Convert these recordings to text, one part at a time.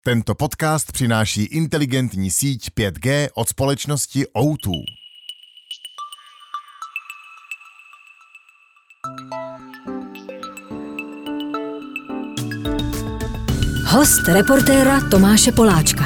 Tento podcast přináší inteligentní síť 5G od společnosti O2. Host reportéra Tomáše Poláčka.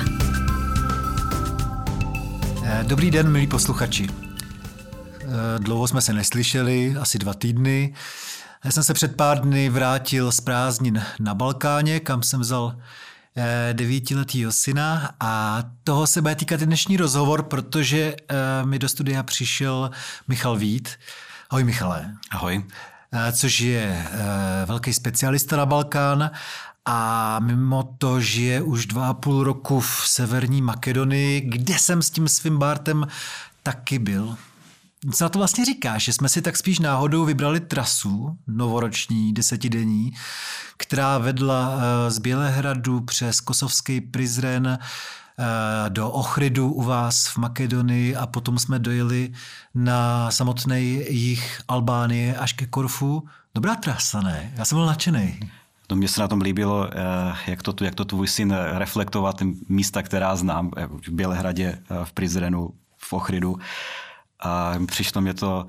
Dobrý den, milí posluchači. Dlouho jsme se neslyšeli, asi 2 týdny. Já jsem se před pár dny vrátil z prázdnin na Balkáně, kam jsem vzal 9letýho syna, a toho se bude týkat i dnešní rozhovor, protože mi do studia přišel Michal Vít. Ahoj, Michale. Ahoj. Což je velký specialista na Balkán a mimo to žije už 2,5 roku v Severní Makedonii, kde jsem s tím svým Bartem taky byl. Co na to vlastně říkáš, že jsme si tak spíš náhodou vybrali trasu novoroční, 10denní, která vedla z Bělehradu přes kosovský Prizren do Ohridu u vás v Makedonii a potom jsme dojeli na samotný jih Albánie až ke Korfu. Dobrá trasa, ne? Já jsem byl nadšenej. No, mně se na tom líbilo, jak to tvůj syn reflektoval ty místa, která znám, v Bělehradě, v Prizrenu, v Ohridu. A přišlo mě to,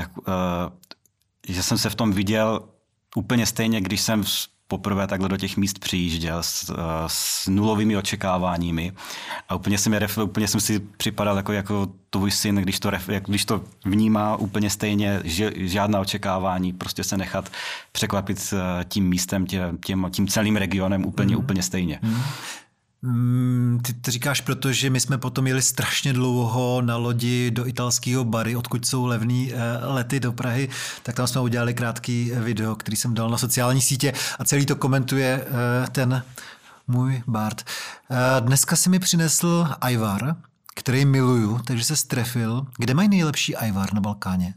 že jsem se v tom viděl úplně stejně, když jsem poprvé takhle do těch míst přijížděl s nulovými očekáváními. A úplně jsem si připadal jako tvůj syn, když to vnímá úplně stejně, že žádná očekávání, prostě se nechat překvapit tím místem, tím celým regionem úplně stejně. Ty to říkáš, protože my jsme potom jeli strašně dlouho na lodi do italského Bari, odkud jsou levný lety do Prahy, tak tam jsme udělali krátký video, který jsem dal na sociální sítě a celý to komentuje ten můj Bart. Dneska si mi přinesl ajvar, který miluju, takže se strefil. Kde mají nejlepší ajvar na Balkáně?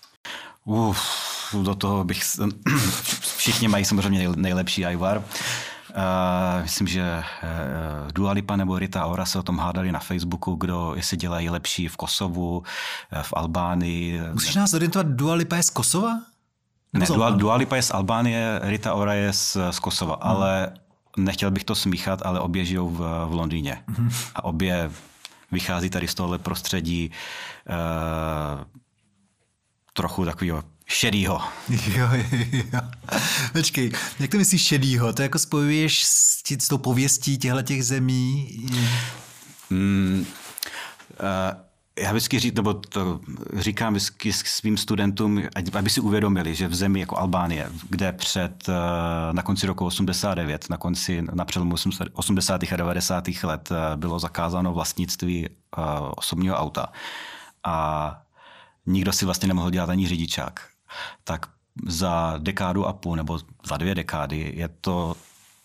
Do toho všichni mají samozřejmě nejlepší ajvar. Myslím, že Dua Lipa nebo Rita Ora se o tom hádali na Facebooku, jestli dělají lepší v Kosovu, v Albánii. Musíš nás orientovat, Dua Lipa je z Kosova? Ne, Dua Lipa je z Albánie, Rita Ora je z Kosova, ale nechtěl bych to smíchat, ale obě žijou v Londýně. A obě vychází tady z tohohle prostředí trochu takového šedýho. Jo. Počkej, jak to myslíš šedýho? To jako spojuješ s tou pověstí těchto zemí? Já vždycky říkám vždycky svým studentům, aby si uvědomili, že v zemi jako Albánie, kde na konci roku 89, na přelomu 80. a 90. let bylo zakázáno vlastnictví osobního auta a nikdo si vlastně nemohl dělat ani řidičák, tak za 1,5 dekády nebo za 2 dekády je to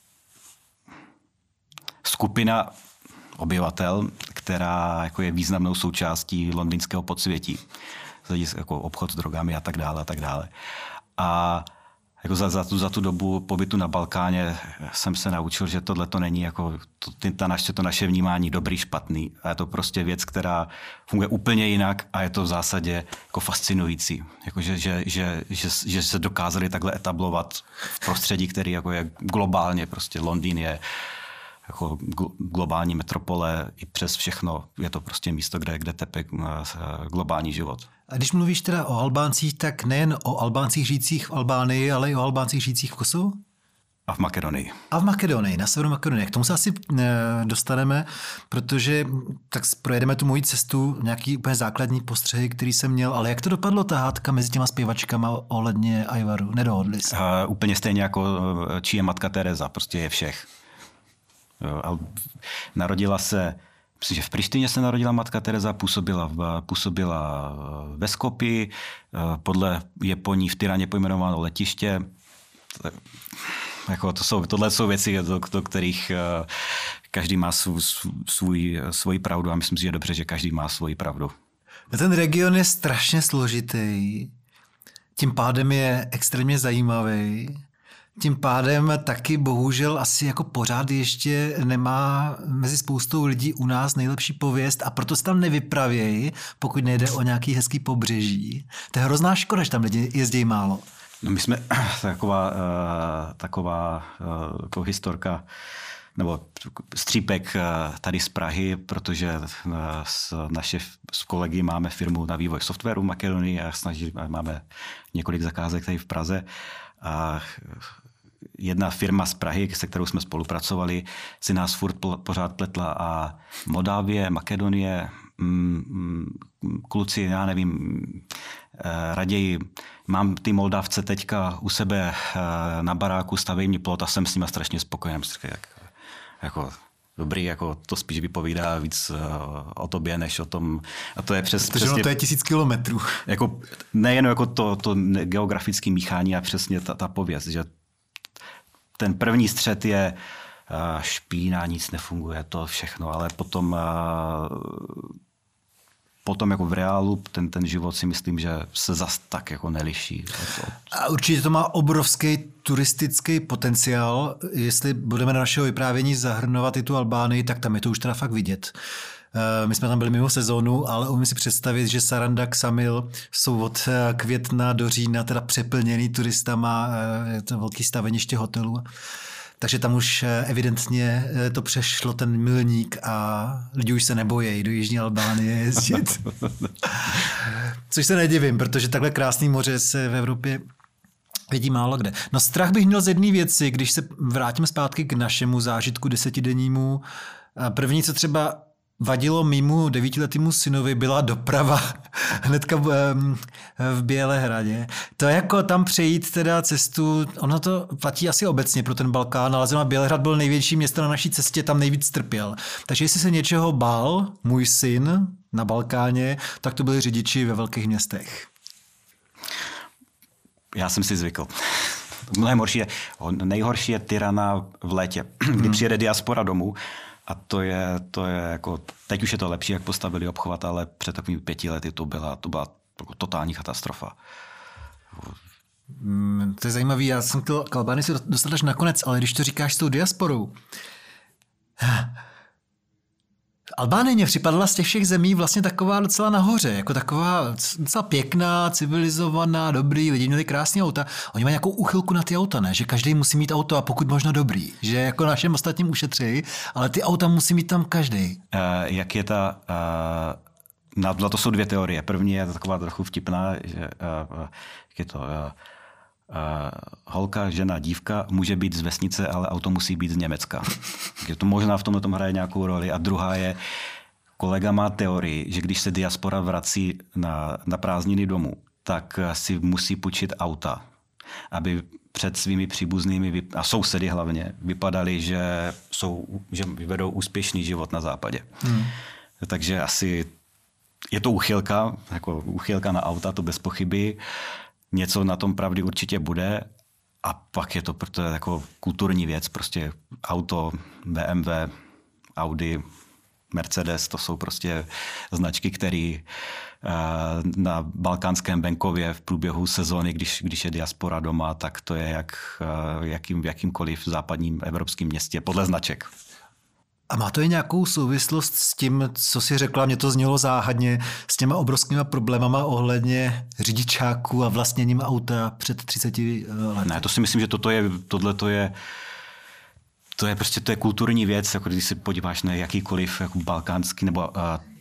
skupina obyvatel, která jako je významnou součástí londýnského podsvětí. Jako obchod s drogami a tak dále. A jako za tu dobu pobytu na Balkáně jsem se naučil, že tohle to není jako to naše vnímání dobrý, špatný. A je to prostě věc, která funguje úplně jinak a je to v zásadě jako fascinující. Jako že se dokázali takhle etablovat v prostředí, který jako je globálně, prostě Londýn je jako globální metropole, i přes všechno je to prostě místo, kde tepe globální život. A když mluvíš teda o Albáncích, tak nejen o Albáncích žijících v Albánii, ale i o Albáncích žijících v Kosovu? A v Makedonii. A v Makedonii, na severu Makedonie. K tomu se asi dostaneme, protože tak projedeme tu moji cestu, nějaký úplně základní postřehy, který jsem měl, ale jak to dopadlo ta hádka mezi těma zpěvačkama ohledně ajvaru? Nedohodli se? Úplně stejně jako čí je matka Tereza, prostě je všech. Narodila se, myslím, že v Prištině se narodila matka Tereza, působila ve Skopji, je po ní v Tiraně pojmenováno letiště. Jako tohle jsou věci, do kterých každý má svoji pravdu a myslím si, že je dobře, že každý má svoji pravdu. Ten region je strašně složitý, tím pádem je extrémně zajímavý. Tím pádem taky bohužel asi jako pořád ještě nemá mezi spoustou lidí u nás nejlepší pověst a proto se tam nevypravějí, pokud nejde o nějaký hezký pobřeží. To je hrozná škoda, že tam lidi jezdí málo. No my jsme taková historka nebo střípek tady z Prahy, protože s kolegy máme firmu na vývoj softwaru v Makedonii a máme několik zakázek tady v Praze. A jedna firma z Prahy, se kterou jsme spolupracovali, si nás furt pořád pletla a Moldávie, Makedonie, kluci, já nevím, raději mám ty Moldavce teďka u sebe na baráku, staví mi plot a jsem s nimi strašně spokojený. Jako dobrý, jako to spíš vypovídá víc o tobě, než o tom. A to je přesně to je 1000 kilometrů. Jako, nejen jako to geografické míchání a přesně ta pověst, že ten první střet je špína, nic nefunguje, to všechno, ale potom jako v reálu ten život si myslím, že se zas tak jako neliší. A určitě to má obrovský turistický potenciál. Jestli budeme na našeho vyprávění zahrnovat i tu Albánii, tak tam je to už teda fakt vidět. My jsme tam byli mimo sezónu, ale umím si představit, že Saranda, Ksamil jsou od května do října teda přeplněný turistama, je to velký staveniště hotelů. Takže tam už evidentně to přešlo ten milník a lidi už se nebojí do Jižní Albánie jezdit. Což se nedivím, protože takhle krásný moře se v Evropě vidí málo kde. No strach bych měl z jedné věci, když se vrátím zpátky k našemu zážitku 10dennímu. První, co třeba vadilo mému 9letýmu synovi, byla doprava hnedka v Bělehradě. To jako tam přejít teda cestu, ono to platí asi obecně pro ten Balkán, ale zrovna Bělehrad byl největší město na naší cestě, tam nejvíc trpěl. Takže jestli se něčeho bál můj syn na Balkáně, tak to byli řidiči ve velkých městech. Já jsem si zvykl. Nejhorší je Tirana v létě, kdy přijede diaspora domů. A to je jako, teď už je to lepší, jak postavili obchvat, ale před takovými 5 lety to byla jako totální katastrofa. To je zajímavý, já jsem chtěl k Albánii si dostat až nakonec, ale když to říkáš s tou diasporou. Albánie mě připadala z těch všech zemí vlastně taková docela nahoře, jako taková docela pěkná, civilizovaná, dobrý, lidi měli krásné auta. Oni mají nějakou úchylku na ty auta, ne? Že každý musí mít auto a pokud možno dobrý. Že jako našem ostatním ušetří, ale ty auta musí mít tam každý. Jak je ta... Na to jsou 2 teorie. První je taková trochu vtipná, že jak je to... holka, žena, dívka může být z vesnice, ale auto musí být z Německa. Je to možná v tomhle tom hraje nějakou roli. A druhá je, kolega má teorii, že když se diaspora vrací na prázdniny domů, tak si musí půjčit auta, aby před svými příbuznými a sousedy hlavně vypadali, že vedou úspěšný život na západě. Takže asi je to úchylka, jako úchylka na auta, to bez pochyby. Něco na tom pravdy určitě bude a pak je to jako kulturní věc, prostě auto, BMW, Audi, Mercedes, to jsou prostě značky, které na balkánském venkově v průběhu sezóny, když je diaspora doma, tak to je v jakýmkoliv západním evropském městě podle značek. A má to i nějakou souvislost s tím, co jsi řekla, mě to znělo záhadně, s těma obrovskými problémama ohledně řidičáků a vlastněním auta před 30 lety? Ne, to si myslím, že tohle je kulturní věc, jako když se podíváš na jakýkoliv jako balkánský nebo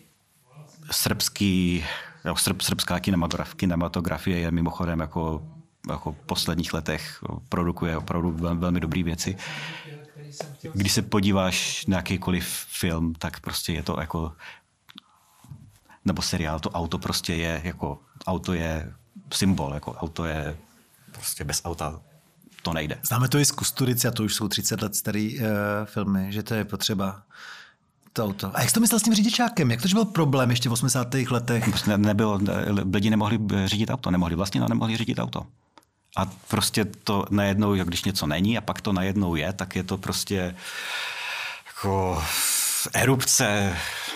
srbská kinematografie je mimochodem jako v posledních letech produkuje opravdu velmi dobré věci. Když se podíváš na jakýkoliv film, tak prostě je to jako, nebo seriál, to auto prostě je jako, auto je symbol, jako auto je prostě bez auta to nejde. Známe to i z Kusturice, a to už jsou 30 let starý filmy, že to je potřeba to auto. A jak jsi to myslel s tím řidičákem? Jak to byl problém ještě v 80. letech? Lidi nemohli řídit auto, nemohli řídit auto. A prostě to najednou, když něco není a pak to najednou je, tak je to prostě jako erupce.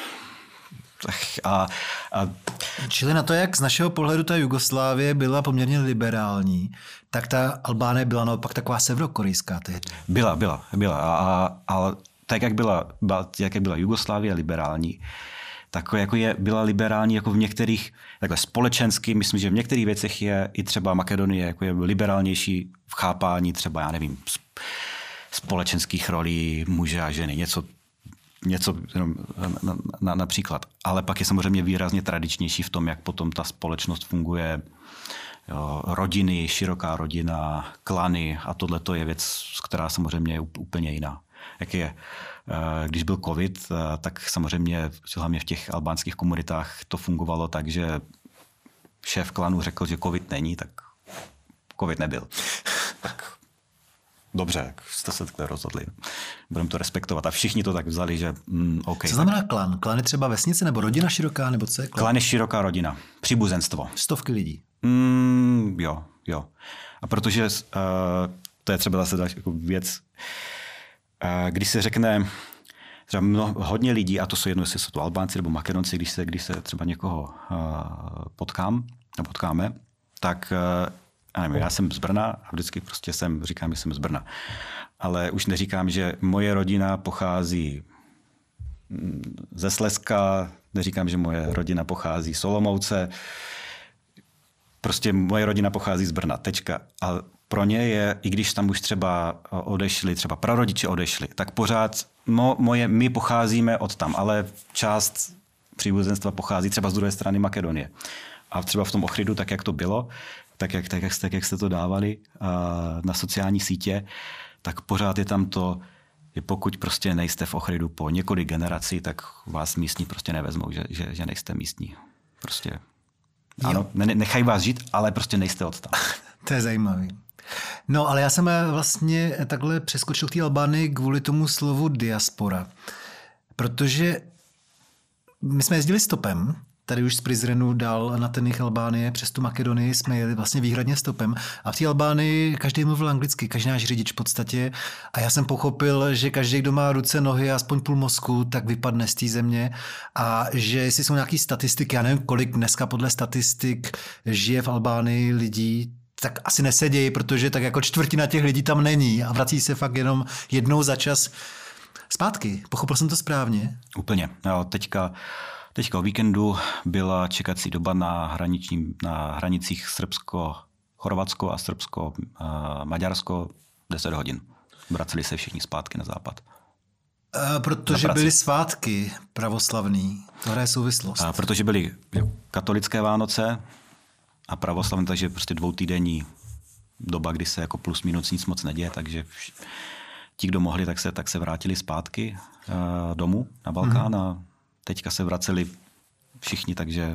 Čili na to, jak z našeho pohledu ta Jugoslávie byla poměrně liberální, tak ta Albánie byla naopak taková severokorejská tehdy. Byla. Ale tak, jak byla Jugoslávie liberální, tak jako byla liberální jako v některých, takhle společensky, myslím, že v některých věcech je i třeba Makedonie jako je liberálnější v chápání třeba, já nevím, společenských rolí muže a ženy, něco například. Ale pak je samozřejmě výrazně tradičnější v tom, jak potom ta společnost funguje, jo, rodiny, široká rodina, klany a tohle to je věc, která samozřejmě je úplně jiná. Jak je, když byl covid, tak samozřejmě hlavně v těch albánských komunitách to fungovalo tak, že šéf klanu řekl, že covid není, tak covid nebyl. Tak dobře, jak jste se takhle rozhodli. Budeme to respektovat. A všichni to tak vzali, že OK. Co znamená klan? Klan je třeba vesnice nebo rodina široká, nebo co je klan? Klan je široká rodina. Příbuzenstvo. Stovky lidí. Jo. A protože to je třeba zase další jako věc, když se řekne třeba hodně lidí, a to jsou jedno, jestli jsou to Albánci nebo Makedonci, když se třeba někoho potkáme, tak nevím, já jsem z Brna a vždycky prostě říkám, že jsem z Brna. Ale už neříkám, že moje rodina pochází ze Slezska, neříkám, že moje rodina pochází z Olomouce, prostě moje rodina pochází z Brna, tečka. A pro ně je, i když tam už třeba odešli, třeba prarodiče odešli, tak pořád my pocházíme od tam, ale část příbuzenstva pochází třeba z druhé strany Makedonie. A třeba v tom Ohridu, tak jak to bylo, tak jak jste to dávali na sociální sítě, tak pořád je tam to, že pokud prostě nejste v Ohridu po několik generací, tak vás místní prostě nevezmou, že nejste místní. Prostě ano, nechají vás žít, ale prostě nejste od tam. To je zajímavý. No, ale já jsem vlastně takhle přeskočil k té Albánii kvůli tomu slovu diaspora. Protože my jsme jezdili stopem, tady už z Prizrenu dál na ten jih Albánie, přes tu Makedonii jsme jeli vlastně výhradně stopem. A v té Albánii každý mluvil anglicky, každý náš řidič v podstatě. A já jsem pochopil, že každý, kdo má ruce, nohy a aspoň půl mozku, tak vypadne z té země. A že jestli jsou nějaké statistiky, já nevím, kolik dneska podle statistik žije v Albánii lidí, tak asi nesedějí, protože tak jako čtvrtina těch lidí tam není a vrací se fakt jenom jednou za čas zpátky. Pochopil jsem to správně? Úplně. Jo, teďka o víkendu byla čekací doba na hranicích Srbsko-Chorvatsko a Srbsko-Maďarsko 10 hodin. Vraceli se všichni zpátky na západ. Protože byly svátky pravoslavný. To hraje souvislost. Protože byly katolické Vánoce a pravoslavné, takže prostě 2týdenní doba, kdy se jako plus minus nic moc neděje, takže ti, kdo mohli, tak se vrátili zpátky domů na Balkán a teďka se vraceli všichni, takže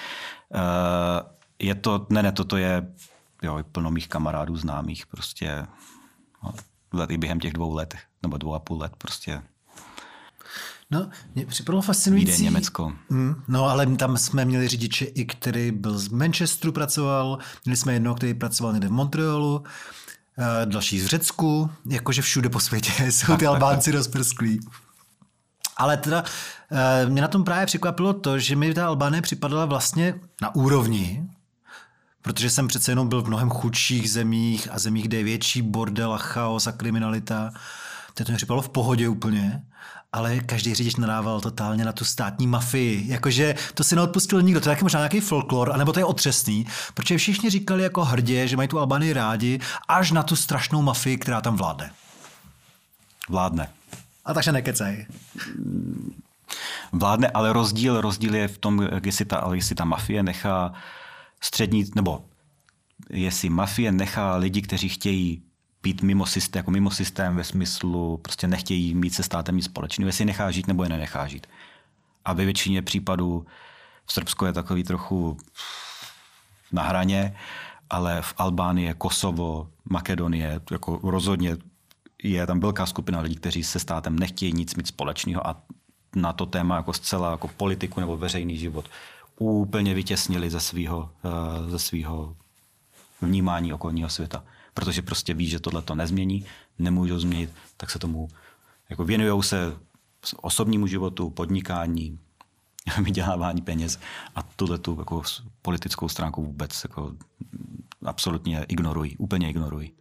je to, toto je plno mých kamarádů, známých, prostě i během těch 2 let, nebo 2,5 let prostě. No, mě připadalo fascinující. Vídeň, Německo. No, ale tam jsme měli řidiče, i který byl z Manchesteru pracoval, měli jsme jednoho, který pracoval někde v Montrealu, další z Řecku, jakože všude po světě jsou ty Albánci rozprsklí. Ale teda mě na tom právě překvapilo to, že mi ta Albánie připadala vlastně na úrovni, protože jsem přece jenom byl v mnohem chudších zemích a zemích, kde je větší bordel a chaos a kriminalita. To mi připadalo v pohodě úplně, ale každý řidič nadával totálně na tu státní mafii. Jakože to si neodpustil nikdo. To je taky možná nějaký folklor, anebo to je otřesný, protože všichni říkali jako hrdě, že mají tu Albánii rádi, až na tu strašnou mafii, která tam vládne. Vládne. A takže nekecej. Vládne, ale rozdíl je v tom, jestli ta mafie nechá nebo jestli mafie nechá lidi, kteří chtějí být mimo systém ve smyslu, prostě nechtějí mít se státem nic společného, jestli je nechá žít nebo je nenechá žít. A ve většině případů v Srbsku je takový trochu na hraně, ale v Albánii, Kosovo, Makedonie, jako rozhodně je tam velká skupina lidí, kteří se státem nechtějí nic mít společného a na to téma jako zcela jako politiku nebo veřejný život úplně vytěsnili ze svého vnímání okolního světa. Protože prostě ví, že tohle to nezmění, nemůžou změnit, tak se tomu jako věnujou se osobnímu životu, podnikání, vydělávání peněz a tuhletu jako politickou stránku vůbec jako absolutně ignorují, úplně ignorují.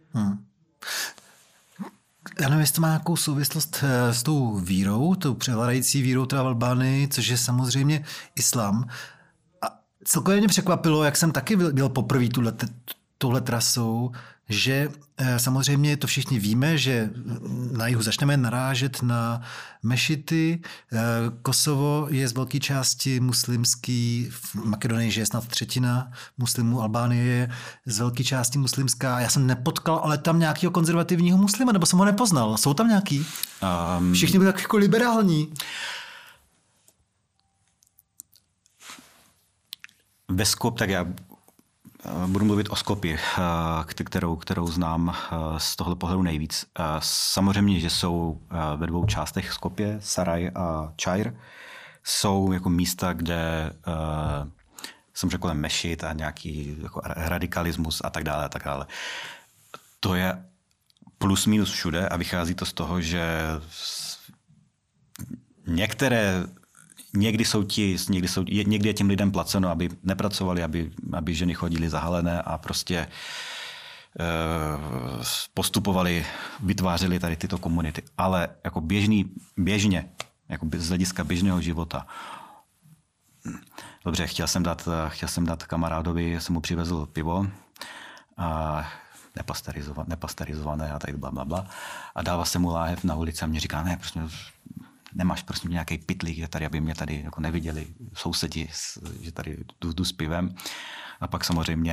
Já nevím, jestli to má nějakou souvislost s tou vírou, tou převládající vírou teda v Albánii, což je samozřejmě islám. A celkově mě překvapilo, jak jsem taky byl poprvé touhle trasou, že samozřejmě to všichni víme, že na jihu začneme narážet na mešity. Kosovo je z velké části muslimský, v Makedonii je snad 1/3 muslimů, Albánie je z velké části muslimská. Já jsem nepotkal ale tam nějakého konzervativního muslima, nebo jsem ho nepoznal. Jsou tam nějaký? Všichni byli tak jako liberální. Ve Skopě, tak já budu mluvit o Skopji, kterou znám z tohle pohledu nejvíc. Samozřejmě, že jsou ve 2 částech Skopje, Saraj a Čajr, jsou jako místa, kde jsem řekl mešit a nějaký jako radikalismus a tak dále, a tak dále. To je plus minus všude a vychází to z toho, že někdy je těm lidem placeno, aby nepracovali, aby ženy chodily zahalené a prostě postupovali, vytvářeli tady tyto komunity. Ale jako běžně, jako z hlediska běžného života. Dobře, chtěl jsem dát kamarádovi, jsem mu přivezl pivo a nepasterizované a tak blablabla. A dával jsem mu láhev na ulici a mě říká, ne, prostě nemáš prostě nějaký pytlík tady, aby mě tady jako neviděli sousedi, že tady jdu s pivem. A pak samozřejmě,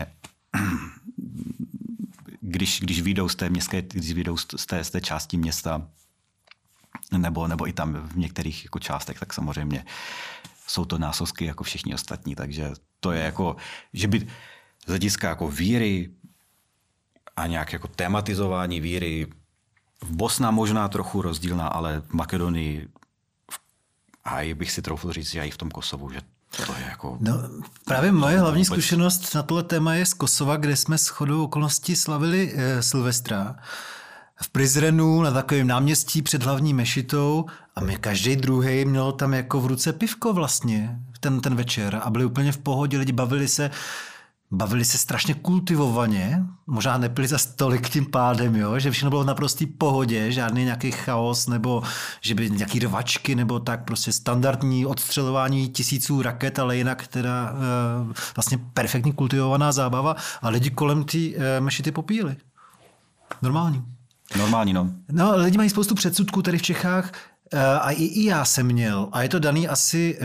když vyjdou z té části města, nebo i tam v některých jako částech, tak samozřejmě jsou to násosky jako všichni ostatní. Takže to je jako, že by z hlediska jako víry a nějak jako tematizování víry v Bosna možná trochu rozdílná, ale v Makedonii a bych si troufl říct, že i v tom Kosovu, že to je jako... No, právě moje hlavní zkušenost na tohle téma je z Kosova, kde jsme shodou okolností slavili Silvestra v Prizrenu na takovém náměstí před hlavní mešitou a my každý druhý měl tam jako v ruce pivko vlastně ten večer a byli úplně v pohodě, lidi bavili se strašně kultivovaně, možná nepili za tolik tím pádem, jo? Že všechno bylo v naprostý pohodě, žádný nějaký chaos, nebo že by nějaký rvačky, nebo tak prostě standardní odstřelování tisíců raket, ale jinak teda vlastně perfektní kultivovaná zábava a lidi kolem té mešity popíjeli. Normální, no. No, lidi mají spoustu předsudků tady v Čechách a i já jsem měl a je to daný asi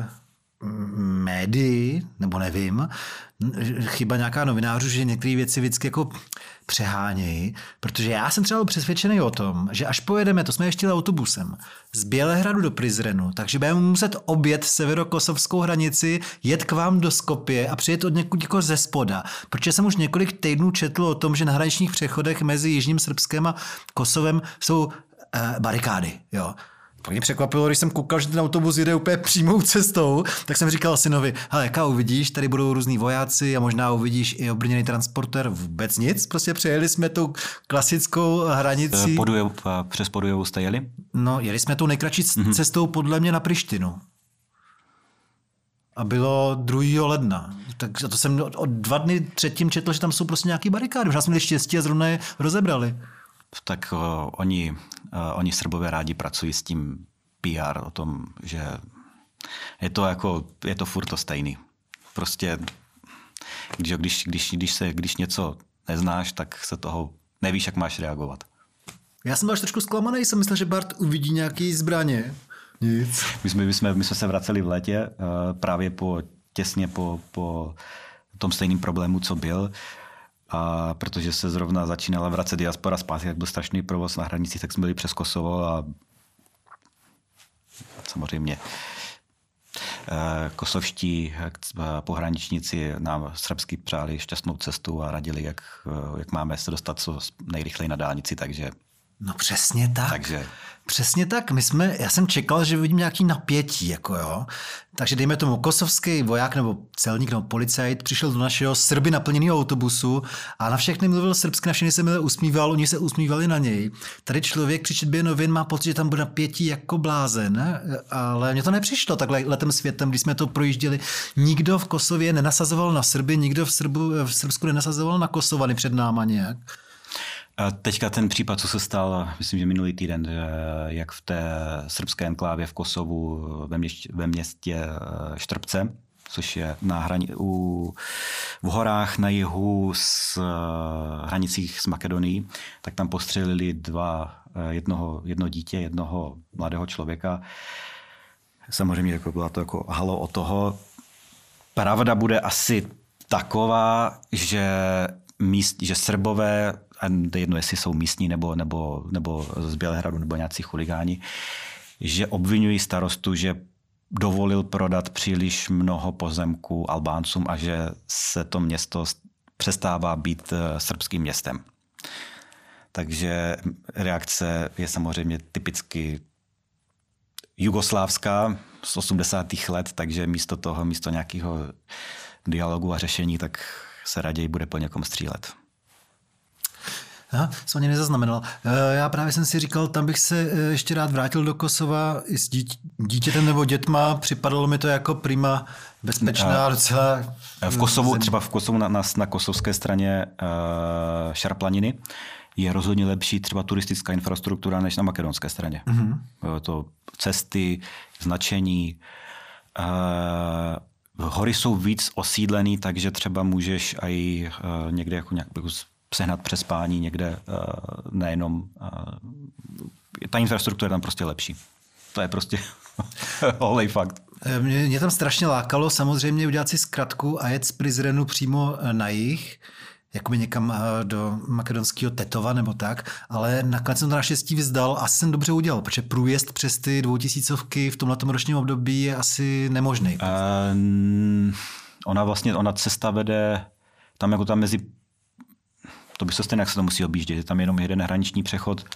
médii, nebo nevím, chyba nějaká novinářů, že některé věci vždycky jako přehánějí, protože já jsem třeba přesvědčený o tom, že až pojedeme, to jsme ještě autobusem, z Bělehradu do Prizrenu, takže budeme muset objet severokosovskou hranici, jet k vám do Skopje a přijet od někud jako ze spoda, protože jsem už několik týdnů četl o tom, že na hraničních přechodech mezi Jižním Srbskem a Kosovem jsou barikády, jo. Pak mě překvapilo, když jsem koukal, že ten autobus jede úplně přímou cestou, tak jsem říkal synovi, hele, jaká uvidíš, tady budou různý vojáci a možná uvidíš i obrněný transportér, vůbec nic, prostě přejeli jsme tou klasickou hranicí. Přes Podujevou jste jeli? No, jeli jsme tou nejkratší cestou podle mě na Prištinu. A bylo 2. ledna. Tak to jsem od 2 dny předtím četl, že tam jsou prostě nějaký barikády. Možná jsme měli štěstí a zrovna je rozebrali. Tak oni Srbové rádi pracují s tím PR o tom, že je to furt to stejný. Prostě, když něco neznáš, tak se toho nevíš, jak máš reagovat. Já jsem byl až trošku zklamaný, jsem myslel, že Bart uvidí nějaký zbraně. Nic. My jsme se vraceli v létě právě těsně po tom stejném problému, co byl. A protože se zrovna začínala vracet diaspora zpátky, jak byl strašný provoz na hranicích, tak jsme byli přes Kosovo a samozřejmě kosovští pohraničníci nám srbsky přáli šťastnou cestu a radili, jak máme se dostat co nejrychleji na dálnici, takže... No přesně tak. Přesně tak. Já jsem čekal, že vidím nějaký napětí, jako jo. Takže dejme tomu kosovský voják nebo celník nebo policajt přišel do našeho Srby naplněného autobusu a na všechny mluvil srbsky, na všechny se mile usmíval, oni se usmívali na něj. Tady člověk při četbě novin má pocit, že tam bude napětí jako blázen, ale mně to nepřišlo takhle letem světem, když jsme to projížděli. Nikdo v Kosově nenasazoval na Srby, nikdo v Srbsku nenasazoval na Kosovany před náma nějak. A teďka ten případ, co se stal, myslím, že minulý týden, jak v té srbské enklávě v Kosovu ve městě Štrbce, což je v horách na jihu hranicích s Makedonií, tak tam postřelili jedno dítě, jednoho mladého člověka. Samozřejmě jako byla to jako halo od toho. Pravda bude asi taková, že Srbové, a jedno jestli jsou místní nebo z Bělehradu nebo nějací chuligáni, že obvinují starostu, že dovolil prodat příliš mnoho pozemků Albáncům a že se to město přestává být srbským městem. Takže reakce je samozřejmě typicky jugoslávská z 80. let, takže místo nějakého dialogu a řešení, tak se raději bude po někom střílet. Aha, jsem ani nezaznamenal. Já právě jsem si říkal, tam bych se ještě rád vrátil do Kosova i s dítětem nebo dětma. Připadalo mi to jako prima bezpečná docela... V Kosovu na kosovské straně Šarplaniny je rozhodně lepší třeba turistická infrastruktura než na makedonské straně. Mm-hmm. To cesty, značení. Hory jsou víc osídlený, takže třeba můžeš i někde jako nějak sehnat přespání někde, nejenom... ta infrastruktura je tam prostě lepší. To je prostě holej fakt. Mě tam strašně lákalo samozřejmě udělat si zkratku a jet z Prizrenu přímo na jih, jakoby někam do makedonského Tetova nebo tak, ale nakonec jsem to naštěstí vzdal a jsem dobře udělal, protože průjezd přes ty 2000 v tomhletom ročním období je asi nemožný. Ona cesta vede tam mezi... To by se stejně, jak se to musí objíždět. Je tam jenom jeden hraniční přechod,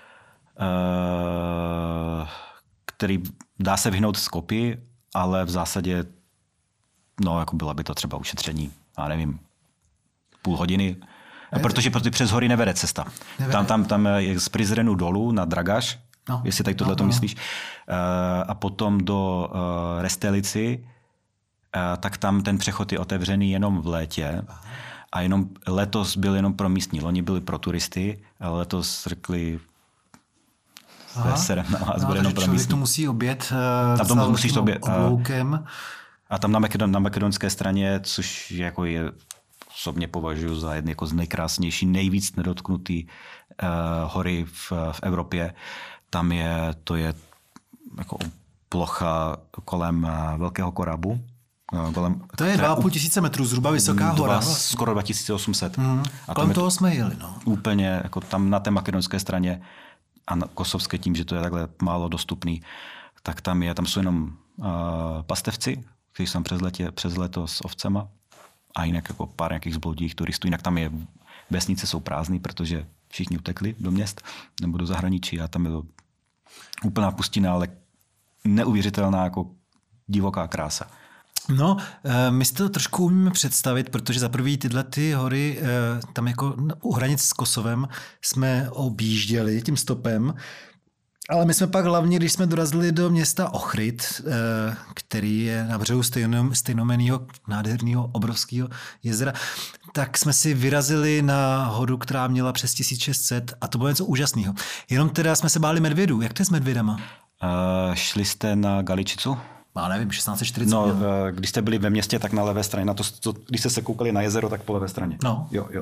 který dá se vyhnout Skopji, ale v zásadě jako bylo by to třeba ušetření, já nevím, půl hodiny. Protože přes hory nevede cesta. Tam je z Prizrenu dolů na Dragaš, jestli tady tohle to myslíš, a potom do Restelici, tak tam ten přechod je otevřený jenom v létě. A letos byl jenom pro místní. Loni byli pro turisty, ale letos řekli serem na vás, bude jenom pro místní. To musí obět musíš to obět obloukem. A tam na makedonské straně, což jako je osobně považuji za jedny jako z nejkrásnější, nejvíc nedotknutý hory v Evropě. To je jako plocha kolem Velkého korábu. To je 2500 metrů, zhruba vysoká hora. Skoro 2800. A kolem toho jsme jeli. Úplně, jako tam na té makedonské straně a na kosovské tím, že to je takhle málo dostupný, tak tam jsou jenom pastevci, kteří jsou přes leto s ovcema a jinak jako pár nějakých zbloudích turistů. Jinak tam vesnice jsou prázdný, protože všichni utekli do měst nebo do zahraničí a tam je to úplná pustina, ale neuvěřitelná jako divoká krása. No, my si to trošku umíme představit, protože za prvý tyhle ty hory, tam jako u hranic s Kosovem jsme objížděli tím stopem, ale my jsme pak hlavně, když jsme dorazili do města Ohrid, který je na břehu stejnojmenného nádherného obrovského jezera, tak jsme si vyrazili na horu, která měla přes 1600 a to bylo něco úžasného. Jenom teda jsme se báli medvědů. Jak to je s medvědama? Šli jste na Galičicu? Já nevím, 1640. No, když jste byli ve městě, tak na levé straně. Když jste se koukali na jezero, tak po levé straně. No. Jo.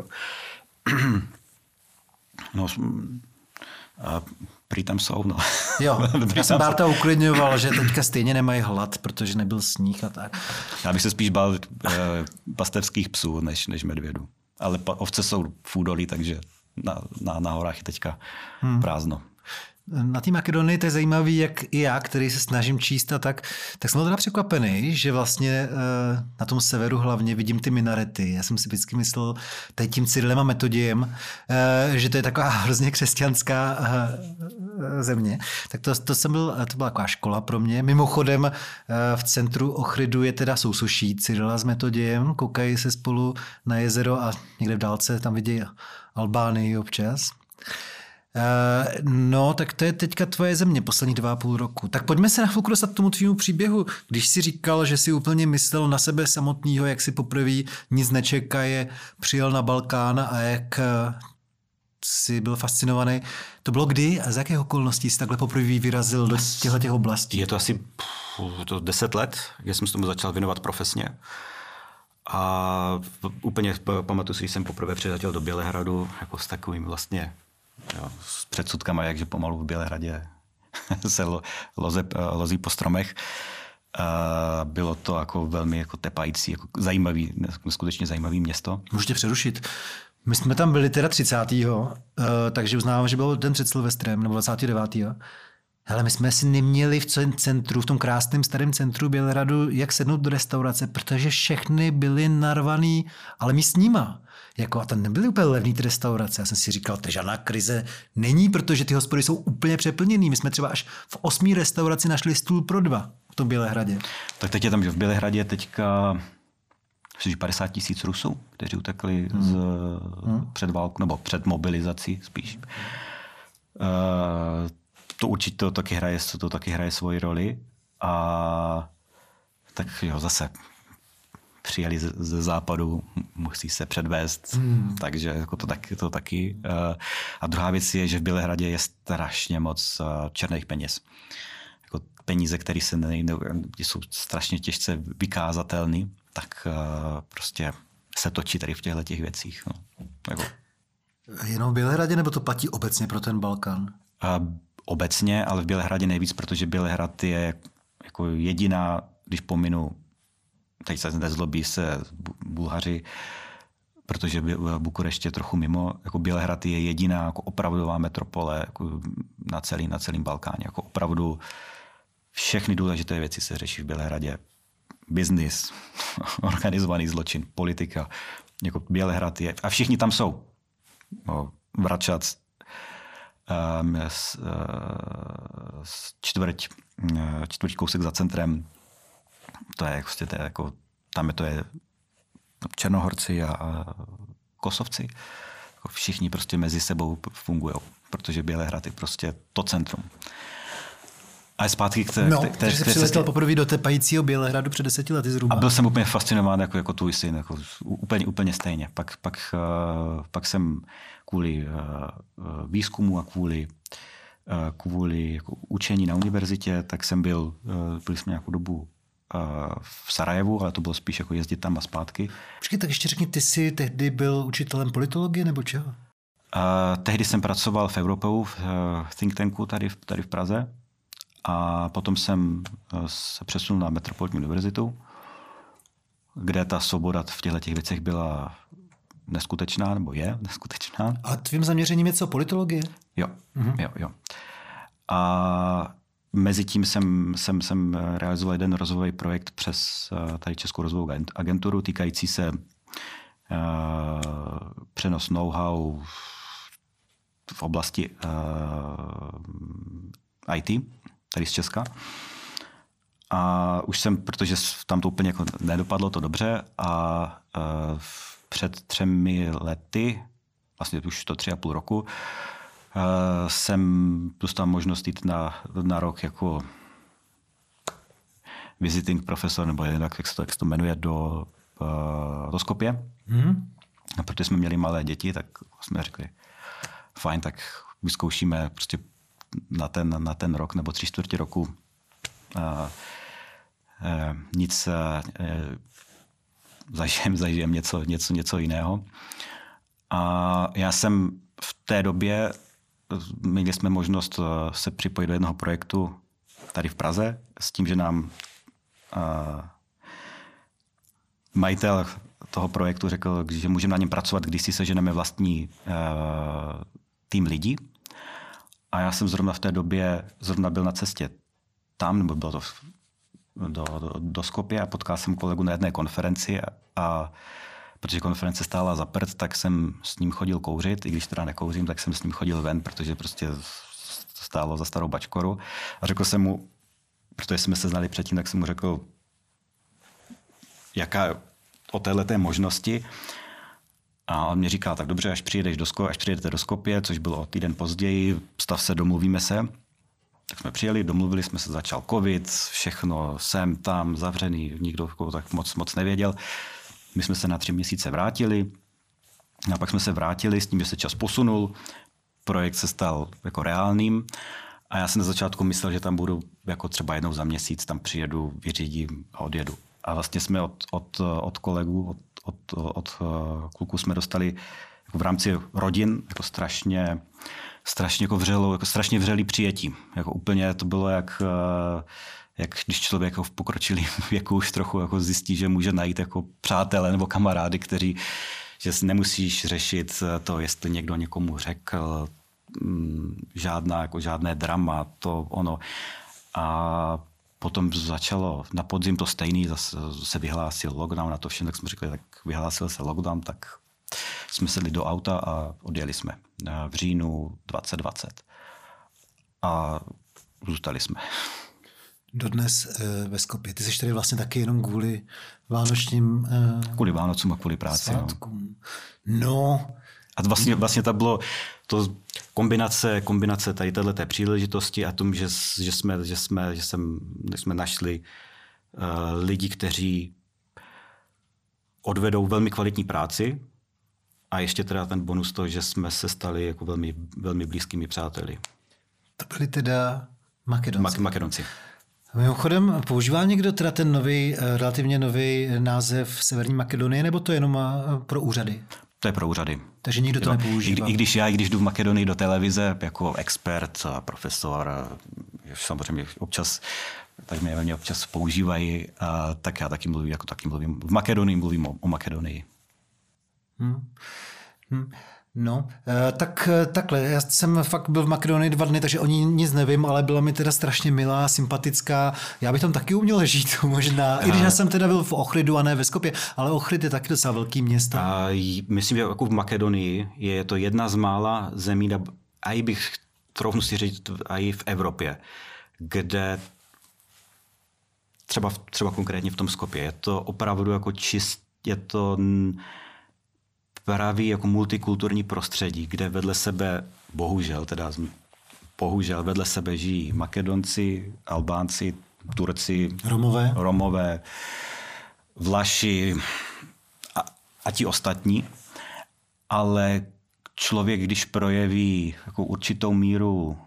No, prý tam jsou, no. Jo, já jsem Bárta uklidňoval, že teďka stejně nemají hlad, protože nebyl sníh a tak. Já bych se spíš bál pastevských psů, než medvědů. Ale ovce jsou v údolí, takže na horách je teďka prázdno. Na té Makedonii to je zajímavý, jak i já, který se snažím číst a tak jsem byl teda překvapený, že vlastně na tom severu hlavně vidím ty minarety. Já jsem si vždycky myslel, tady tím Cyrilem a Metodiem, že to je taková hrozně křesťanská země. Tak to byla taková škola pro mě. Mimochodem v centru Ohridu je teda sousoší Cyrila s Metodiem, koukají se spolu na jezero a někde v dálce tam vidějí Albánii občas. No, tak to je teďka tvoje země, posledních 2,5 roku. Tak pojďme se na chvilku dostat tomu tvýmu příběhu. Když jsi říkal, že jsi úplně myslel na sebe samotného, jak si poprvé nic nečekaje přijel na Balkán a jak jsi byl fascinovaný. To bylo kdy a z jakých okolností jsi takhle poprvé vyrazil do těchto oblastí? Je to asi to 10 let, kdy jsem se tomu začal věnovat profesně. A úplně pamatuju si, že jsem poprvé přiletěl do Bělehradu jako s takovým vlastně s předsudkama, jakže pomalu v Bělehradě se lozí po stromech. Bylo to jako velmi jako tepající, jako skutečně zajímavý město. Můžete přerušit. My jsme tam byli teda 30. Takže uznávám, že byl den před Silvestrem, nebo 29. Hele, my jsme si neměli v centru, v tom krásném starém centru Bělehradu, jak sednout do restaurace, protože všechny byly narvaný, ale místníma. Jako, a tam nebyly úplně levný ty restaurace. Já jsem si říkal, to žádná krize není, protože ty hospody jsou úplně přeplněný. My jsme třeba až v 8. restauraci našli stůl pro 2 v tom Bělehradě. Tak teď je tam, že v Bělehradě teďka 50 000 Rusů, kteří utekli před válkou, nebo před mobilizací spíš. To určitě to taky hraje svoji roli. A tak jo, zase přijeli ze západu, musí se předvést, takže jako to taky. A druhá věc je, že v Bělehradě je strašně moc černých peněz. Jako peníze, které jsou strašně těžce vykázatelné, tak prostě se točí tady v těchto věcích. No. Jako. Jenom v Bělehradě, nebo to platí obecně pro ten Balkán? Obecně, ale v Bělehradě nejvíc, protože Bělehrad je jako jediná, když pominu, teď se nezlobí se Bulhaři, protože Bukurešť je trochu mimo, jako Bělehrad je jediná jako opravdová metropole jako na celém Balkáně. Jako opravdu všechny důležité věci se řeší v Bělehradě. Biznis, organizovaný zločin, politika. Jako Bělehrad je, a všichni tam jsou. Vračac, čtvrť kousek za centrem. To je prostě jako, tam to je Černohorci a Kosovci. Jako všichni prostě mezi sebou fungují, protože Bělehrad je prostě to centrum. A zpátky takže jsi přiletěl poprvé do tepajícího Bělehradu před 10 lety zhruba. A byl jsem úplně fascinován jako tvůj syn, jako úplně stejně. Pak jsem kvůli výzkumu a kvůli jako učení na univerzitě, tak jsem byli jsme nějakou dobu v Sarajevu, ale to bylo spíš jako jezdit tam a zpátky. Počkej, tak ještě řekni, ty jsi tehdy byl učitelem politologie nebo čeho? Tehdy jsem pracoval v Europeu, v think tanku tady v Praze. A potom jsem se přesunul na Metropolitní univerzitu, kde ta svoboda v těchto věcech byla neskutečná, nebo je neskutečná. A tvým zaměřením je co, politologie? Jo, jo. A mezi tím jsem realizoval jeden rozvojový projekt přes tady Českou rozvojovou agenturu týkající se přenos know-how v oblasti IT, tady z Česka. A už jsem, protože tam to úplně jako nedopadlo to dobře a před 3 lety, vlastně už to 3,5 roku, jsem dostal možnost jít na rok jako visiting profesor, nebo jak se to jmenuje, do Skopje. A protože jsme měli malé děti, tak jsme řekli, fajn, tak vyzkoušíme prostě na ten rok nebo 3/4 roku nic, zažijem něco jiného. A já jsem v té době, měli jsme možnost se připojit do jednoho projektu tady v Praze s tím, že nám majitel toho projektu řekl, že můžeme na něm pracovat, když si seženeme vlastní tým lidí. A já jsem zrovna v té době byl na cestě tam, nebo bylo to do Skopje a potkal jsem kolegu na jedné konferenci a protože konference stála za prd, tak jsem s ním chodil kouřit, i když teda nekouřím, tak jsem s ním chodil ven, protože prostě stálo za starou bačkoru. A řekl jsem mu, protože jsme se znali předtím, tak jsem mu řekl, jaká o téhleté možnosti. A on mě říká, tak dobře, až přijedete do Skopje, což bylo týden později, stav se, domluvíme se. Tak jsme přijeli, domluvili jsme se, začal covid, všechno sem, tam, zavřený, nikdo tak moc nevěděl. My jsme se na 3 měsíce vrátili a pak jsme se vrátili s tím, že se čas posunul, projekt se stal jako reálným A já jsem na začátku myslel, že tam budu jako třeba jednou za měsíc, tam přijedu, vyřídím a odjedu. A vlastně jsme od kolegů, od kluků jsme dostali jako v rámci rodin jako strašně jako vřelo, jako strašně vřelý přijetí. Jako úplně to bylo jak když člověk jako v pokročilém věku už trochu jako zjistí, že může najít jako přátelé nebo kamarády, kteří, že si nemusíš řešit to, jestli někdo někomu řekl, žádné drama, to ono. A potom začalo na podzim to stejný, zase se vyhlásil lockdown na to všechno, tak jsme řekli, tak vyhlásil se lockdown, tak jsme sedli do auta a odjeli jsme v říjnu 2020. A zůstali jsme. Dodnes ve Skopje. Ty jsi tady vlastně taky jenom kvůli vánočním... Kvůli Vánocům a kvůli práci. Svátkům. No. A vlastně to bylo to kombinace tady téhleté příležitosti a tom, že jsme našli lidi, kteří odvedou velmi kvalitní práci a ještě teda ten bonus toho, že jsme se stali jako velmi, velmi blízkými přáteli. To byli teda Makedonci. Makedonci. Mimochodem, používá někdo teda ten relativně nový název Severní Makedonie, nebo to je jenom pro úřady? To je pro úřady. Takže nikdo to nepoužívá. I když jdu v Makedonii do televize jako expert a profesor, samozřejmě občas, tak mě občas používají, tak já taky mluvím. V Makedonii mluvím o Makedonii. No, tak takhle, já jsem fakt byl v Makedonii 2 dny, takže o ní nic nevím, ale byla mi teda strašně milá, sympatická. Já bych tam taky uměl žít možná, i když já jsem teda byl v Ohridu a ne ve Skopje, ale Ohrid je taky docela velký město. Myslím, že jako v Makedonii je to jedna z mála zemí, a i bych troufnu si říct, a i v Evropě, kde třeba konkrétně v tom Skopje, je to opravdu jako je to pravý jako multikulturní prostředí, kde vedle sebe, bohužel vedle sebe žijí Makedonci, Albánci, Turci, Romové, Vlaši a ti ostatní. Ale člověk, když projeví jako určitou míru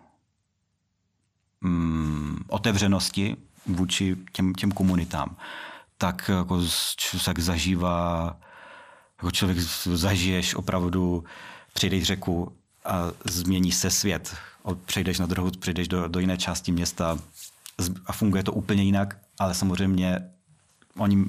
otevřenosti vůči těm komunitám, tak jako zažívá jako člověk zažiješ opravdu, přijdeš řeku a změní se svět. Přejdeš na druhou, přijdeš do jiné části města a funguje to úplně jinak, ale samozřejmě oni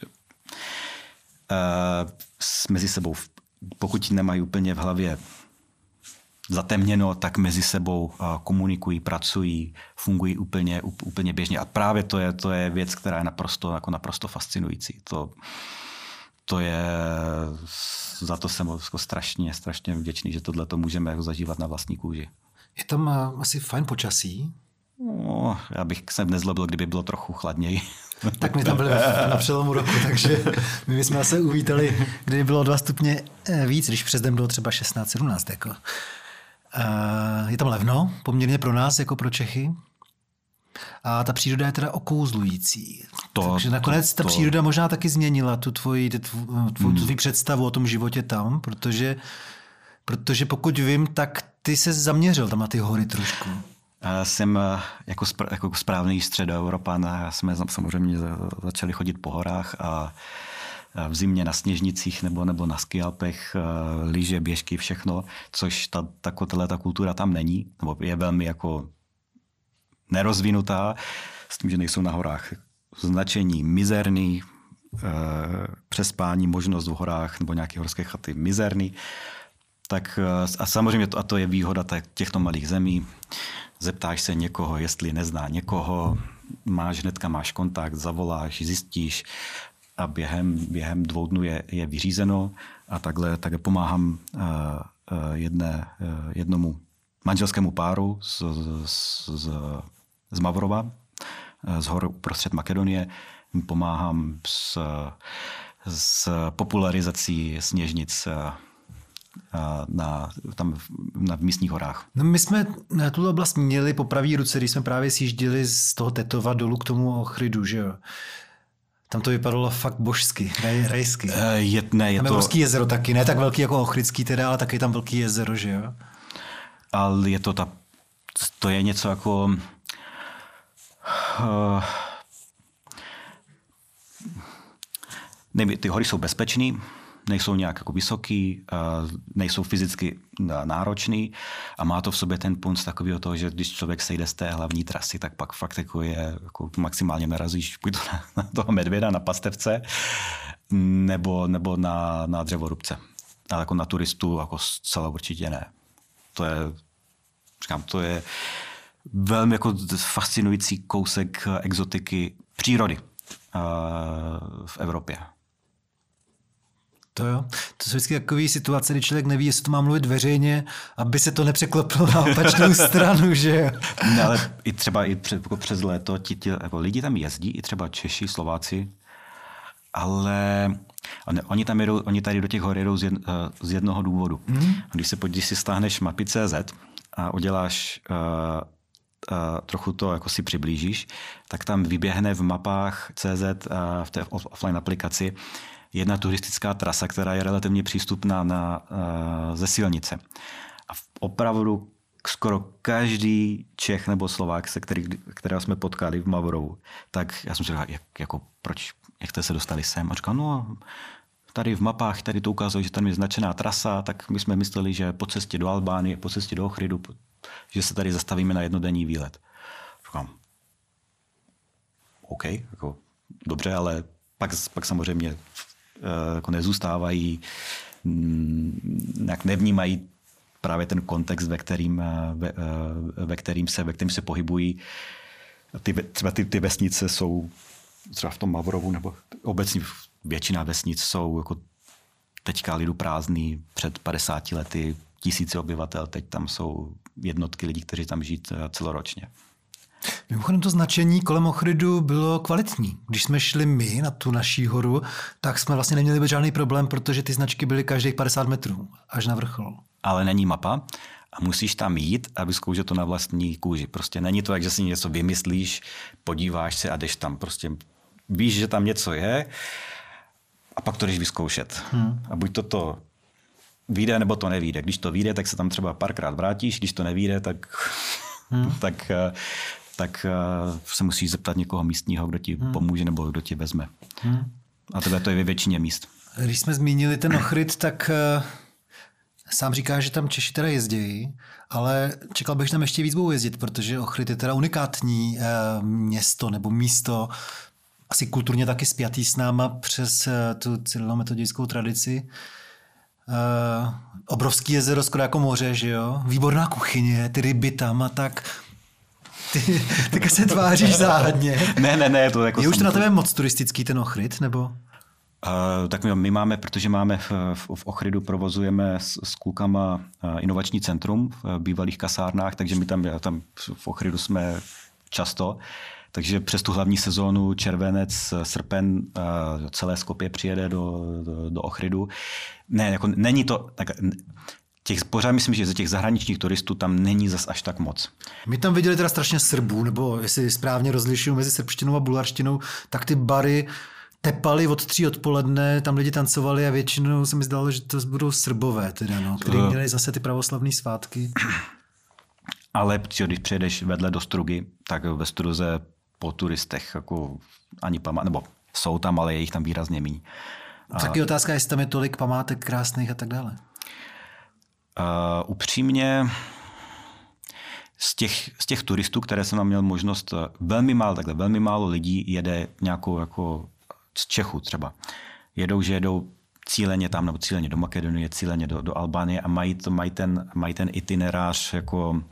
mezi sebou, pokud nemají úplně v hlavě zatemněno, tak mezi sebou komunikují, pracují, fungují úplně běžně. A právě to je věc, která je naprosto fascinující. To je, za to jsem strašně vděčný, že tohleto můžeme jako zažívat na vlastní kůži. Je tam asi fajn počasí? No, já bych se nezlobil, kdyby bylo trochu chladněji. Tak my tam byli na přelomu roku, takže my bychom se uvítali, kdyby bylo 2 stupně víc, když přes den bylo třeba 16-17. Jako. Je tam levno, poměrně pro nás, jako pro Čechy. A ta příroda je teda okouzlující. Takže nakonec ta příroda možná taky změnila tu tvoji představu o tom životě tam, protože pokud vím, tak ty se zaměřil tam na ty hory trošku. Jsem jako správný středoevropan, jsme samozřejmě začali chodit po horách a v zimě na sněžnicích nebo na skialpech, lyže, běžky, všechno, což ta kultura tam není, nebo je velmi jako nerozvinutá, s tím, že nejsou na horách značení mizerný, přespání, možnost v horách nebo nějaké horské chaty mizerný. Tak a samozřejmě to je výhoda těchto malých zemí. Zeptáš se někoho, jestli nezná někoho, hnedka máš kontakt, zavoláš, zjistíš a během 2 dnů je vyřízeno a takhle pomáhám jednomu manželskému páru z Mavrova, z hor uprostřed Makedonie. Pomáhám s popularizací sněžnic v místních horách. No my jsme tuto oblast měli po pravý ruce, když jsme právě sjížděli z toho Tetova dolů k tomu Ohridu, že jo? Tam to vypadalo fakt božsky, rajsky. Tam je velký jezero taky, ne tak velký jako Ohridský teda, ale taky tam velký jezero, že jo? Ale je to ta to je něco jako... Ty hory jsou bezpečný, nejsou nějak jako vysoký, nejsou fyzicky náročný a má to v sobě ten punc takového toho, že když člověk sejde z té hlavní trasy, tak pak fakt jako maximálně narazíš buď na toho medvěda na pastevce nebo na dřevorubce. Ale jako na turistu jako zcela určitě ne. To je velmi jako fascinující kousek exotiky přírody v Evropě. To jo. To jsou vždycky takové situace, kdy člověk neví, jestli to má mluvit veřejně, aby se to nepřeklopilo na opačnou stranu, že jo. No, ale i třeba přes léto jako lidi tam jezdí, i třeba Češi, Slováci, ale oni tady do těch hor jedou z jednoho důvodu. Když si stáhneš mapy.cz a uděláš trochu to jako si přiblížíš, tak tam vyběhne v mapách CZ v té offline aplikaci jedna turistická trasa, která je relativně přístupná ze silnice. A opravdu skoro každý Čech nebo Slovák, kterého jsme potkali v Mavrovu, tak já jsem si říkal, jak jste se dostali sem? A říkal, no tady v mapách, tady to ukázalo, že tam je značená trasa, tak my jsme mysleli, že po cestě do Albánie, po cestě do Ochridu, že se tady zastavíme na jednodenní výlet. Říkám, OK, jako, dobře, ale pak samozřejmě jako nezůstávají, jak nevnímají právě ten kontext, ve kterým se pohybují. Třeba ty vesnice jsou třeba v tom Mavrovu, nebo obecně většina vesnic jsou jako teďka lidu prázdný, před 50 lety tisíce obyvatel, teď tam jsou jednotky lidí, kteří tam žijí celoročně. Mimochodem to značení kolem Ochridu bylo kvalitní. Když jsme šli my na tu naší horu, tak jsme vlastně neměli žádný problém, protože ty značky byly každých 50 metrů až na vrchol. Ale není mapa a musíš tam jít a vyzkoušet to na vlastní kůži. Prostě není to tak, že si něco vymyslíš, podíváš se a jdeš tam. Prostě víš, že tam něco je a pak to jdeš vyzkoušet. A buď to vyjde, nebo to nevyjde. Když to vyjde, tak se tam třeba párkrát vrátíš, když to nevyjde, tak se musíš zeptat někoho místního, kdo ti pomůže nebo kdo ti vezme. A to je ve většině míst. Když jsme zmínili ten Ochrid, tak sám říká, že tam Češi teda jezdí, ale čekal bych, že tam ještě víc budou jezdit, protože Ochrid je teda unikátní město nebo místo, asi kulturně taky spjatý s náma přes tu cyrilometodějskou tradici. Obrovský jezero, skoro jako moře, že jo? Výborná kuchyně, ty ryby tam a tak. Ty se tváříš záhadně. Ne, to jako... Je už to na tebe moc turistický ten Ochrid, nebo? Tak my máme, protože máme v Ochridu provozujeme s klukama inovační centrum v bývalých kasárnách, takže my tam v Ochridu jsme často. Takže přes tu hlavní sezónu červenec, srpen celé Skopje přijede do Ochridu. Ne, jako není to... Tak, pořád myslím, že ze těch zahraničních turistů tam není zas až tak moc. My tam viděli teda strašně Srbů, nebo jestli správně rozlišuju mezi srbštinou a bulharštinou, tak ty bary tepaly od 3 odpoledne, tam lidi tancovali a většinou se mi zdálo, že to budou Srbové, teda, no, kteří měli zase ty pravoslavné svátky. Ale když přijedeš vedle do Strugy, tak ve Struze po turistech jako ani nebo jsou tam, ale je jich tam výrazně míň. Taky otázka, jestli tam je tolik památek krásných a tak dále. Upřímně z těch turistů, které jsem tam měl možnost, velmi málo lidí jede nějakou jako z Čechu třeba. Jedou cíleně tam, nebo cíleně do Makedonie, cíleně do Albánie a mají ten itinerář jako,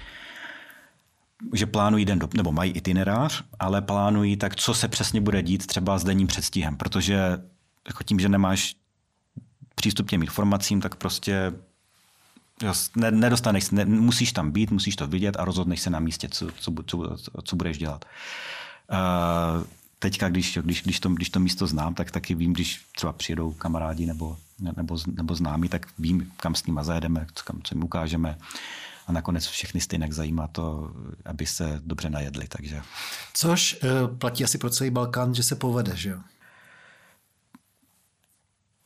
že plánují nebo mají itinerář, ale plánují tak, co se přesně bude dít třeba s denním předstihem, protože jako tím, že nemáš přístup k těm informacím, tak prostě nedostaneš, musíš tam být, musíš to vidět a rozhodneš se na místě, co budeš dělat. Teďka, když to místo znám, tak taky vím, když třeba přijedou kamarádi nebo známí, tak vím, kam s nima zajedeme, co jim ukážeme. A nakonec všechny stejně zajímá to, aby se dobře najedli. Takže. Což platí asi pro celý Balkán, že se povede, že jo?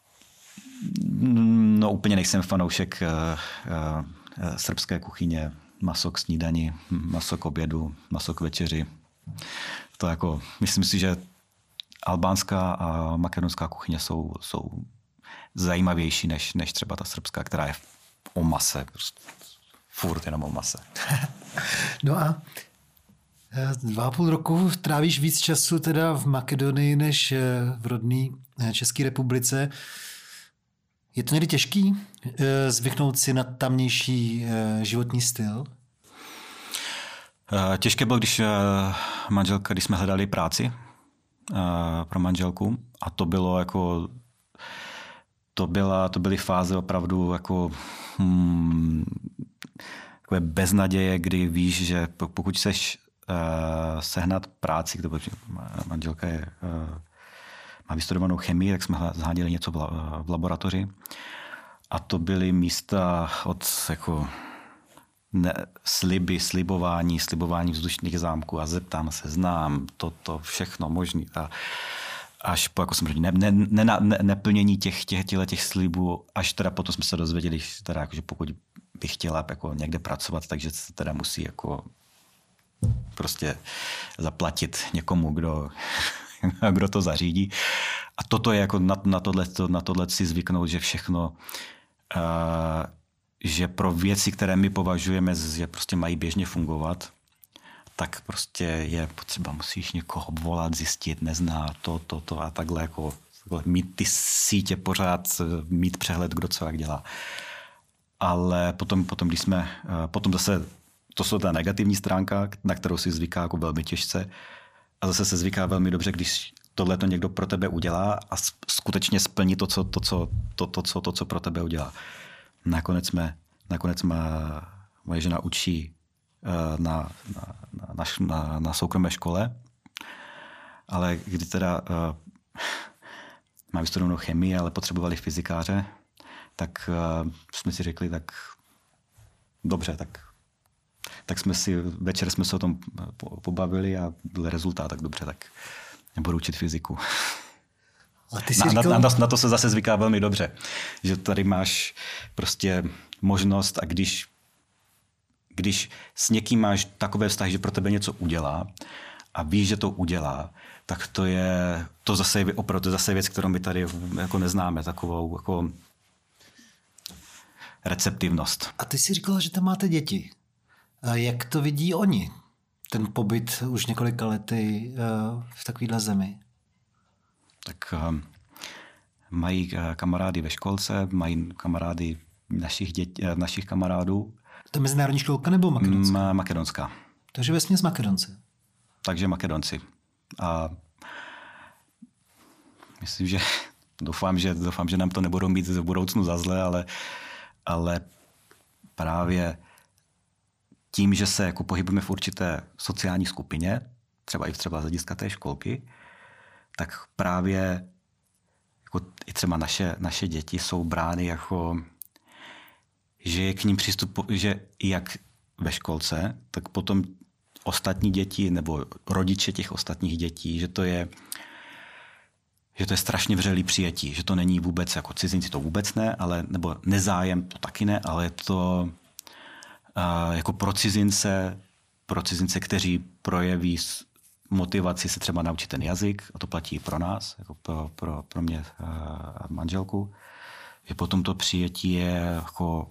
No úplně nejsem fanoušek srbské kuchyně. maso k snídani, maso k obědu, maso k večeři. To jako, myslím si, že albánská a makedonská kuchyně jsou zajímavější než třeba ta srbská, která je o mase. Prostě furt jenom o mase. No a 2,5 roku trávíš víc času teda v Makedonii než v rodné České republice. Je to někdy těžký zvyknout si na tamnější životní styl? Těžké bylo, když jsme hledali práci pro manželku a to bylo jako to byly fáze opravdu jako takové beznaděje, kdy víš, že pokud chceš sehnat práci, protože manželka má vystudovanou chemii, tak jsme zháněli něco v laboratoři a to byly místa od jako slibování vzdušných zámků a zeptám se, znám to všechno možný a až po jako neplnění těch slibů, až teda potom jsme se dozvěděli, teda, jako, že pokud bych chtěla jako někde pracovat, takže se teda musí jako prostě zaplatit někomu, kdo to zařídí. A toto je jako na tohle si zvyknout, že všechno, že pro věci, které my považujeme, že prostě mají běžně fungovat, tak prostě je potřeba, musíš někoho volat, zjistit, nezná to a takhle jako mít ty sítě pořád, mít přehled, kdo co jak dělá. Ale potom zase, to jsou ta negativní stránka, na kterou si zvyká jako velmi těžce a zase se zvyká velmi dobře, když tohle to někdo pro tebe udělá a skutečně splní to, co pro tebe udělá. Nakonec moje žena učí na soukromé škole, ale kdy teda má vystudovanou chemii, ale potřebovali fyzikáře, tak jsme si řekli, tak dobře, tak večer jsme se o tom pobavili a byl rezultát, tak dobře, tak budu učit fyziku. A ty si říkal... na to se zase zvyká velmi dobře, že tady máš prostě možnost a když s někým máš takové vztahy, že pro tebe něco udělá a víš, že to udělá, tak to zase je opravdu zase věc, kterou my tady jako neznáme, takovou jako receptivnost. A ty jsi říkala, že tam máte děti. A jak to vidí oni, ten pobyt už několika lety v takovéhle zemi? Tak mají kamarády ve školce, mají kamarády našich kamarádů. To je mezinárodní školka nebo makedonská? Makedonská. Takže vesměs Makedonci. Takže Makedonci. A myslím, že doufám, že nám to nebudou mít v budoucnu za zle, ale právě tím, že se jako pohybujeme v určité sociální skupině, třeba z hlediska té školky, tak právě jako i třeba naše děti jsou brány jako, že je k ním že jak ve školce, tak potom ostatní děti nebo rodiče těch ostatních dětí, že to je strašně vřelý přijetí, že to není vůbec jako cizinci, to vůbec ne, ale nebo nezájem, to taky ne, ale je to jako pro cizince, kteří projeví motivaci se třeba naučit ten jazyk, a to platí i pro nás, jako pro mě a manželku, že potom to přijetí je jako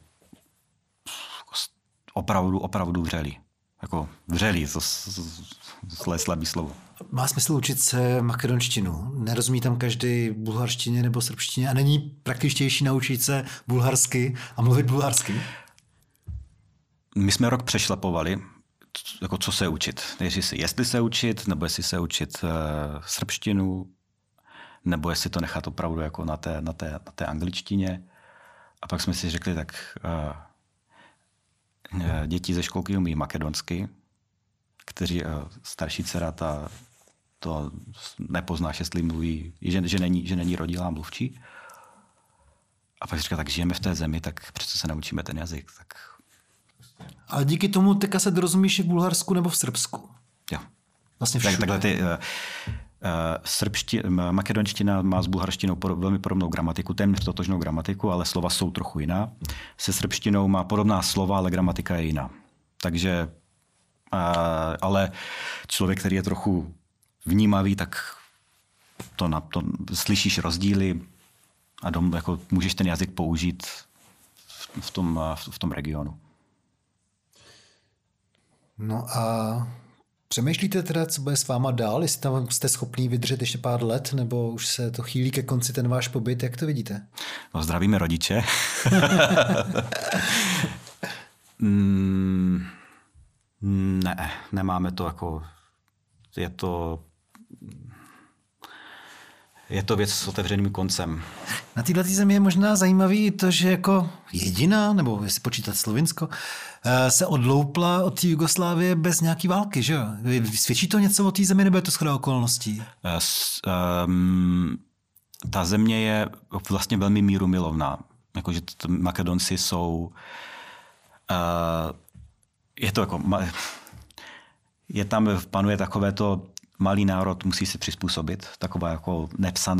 opravdu vřelý. Jako vřelý, to je slabý slovo. Má smysl učit se makedonštinu. Nerozumí tam každý bulharštině nebo srbštině a není praktičtější naučit se bulharsky a mluvit bulharsky? My jsme rok přešlapovali, jako co se učit. Jestli se učit, nebo jestli se učit srbštinu, nebo jestli to nechat opravdu jako na té angličtině. A pak jsme si řekli, tak děti ze školky umí makedonsky, kteří starší dcera to nepoznáš, jestli mluví, že není rodilá mluvčí. A pak říká, tak žijeme v té zemi, tak přece se naučíme ten jazyk. Tak... Ale díky tomu teďka se dorozumíš i v Bulharsku nebo v Srbsku? Jo. Vlastně všude. Takhle makedonština má s bulharštinou velmi podobnou gramatiku, téměř totožnou gramatiku, ale slova jsou trochu jiná. Se srbštinou má podobná slova, ale gramatika je jiná. Takže, ale člověk, který je trochu vnímavý, tak to slyšíš rozdíly a jako můžeš ten jazyk použít v tom regionu. No a přemýšlíte teda, co bude s váma dál? Jestli tam jste schopný vydržet ještě pár let, nebo už se to chýlí ke konci ten váš pobyt? Jak to vidíte? No, zdravíme rodiče. Ne, nemáme to jako... Je to věc s otevřeným koncem. Na této zemi je možná zajímavý to, že jako jediná, nebo jestli počítat Slovinsko, se odloupla od té Jugoslávie bez nějaký války, že jo? Svědčí to něco o té zemi, nebo je to shoda okolností? Ta země je vlastně velmi mírumilovná. Jakože Makedonci jsou... je to jako... Je tam, panuje takové to... Malý národ musí se přizpůsobit. Taková jako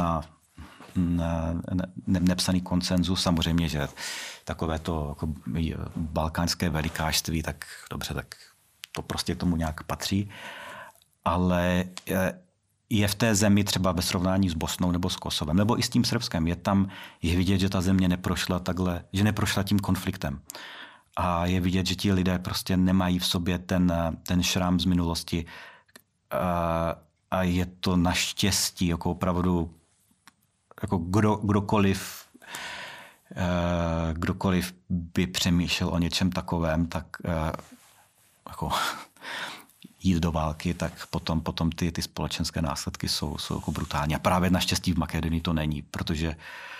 nepsaný konsenzus. Samozřejmě, že takové to jako balkánské velikářství, tak dobře, tak to prostě k tomu nějak patří. Ale je v té zemi třeba ve srovnání s Bosnou nebo s Kosovem, nebo i s tím Srbskem. Je vidět, že ta země neprošla takhle, že neprošla tím konfliktem. A je vidět, že ti lidé prostě nemají v sobě ten šram z minulosti. A je to naštěstí, jako opravdu, jako kdokoliv by přemýšlel o něčem takovém, tak jako jít do války, tak potom ty společenské následky jsou jako brutální. A právě naštěstí v Makedonii to není, protože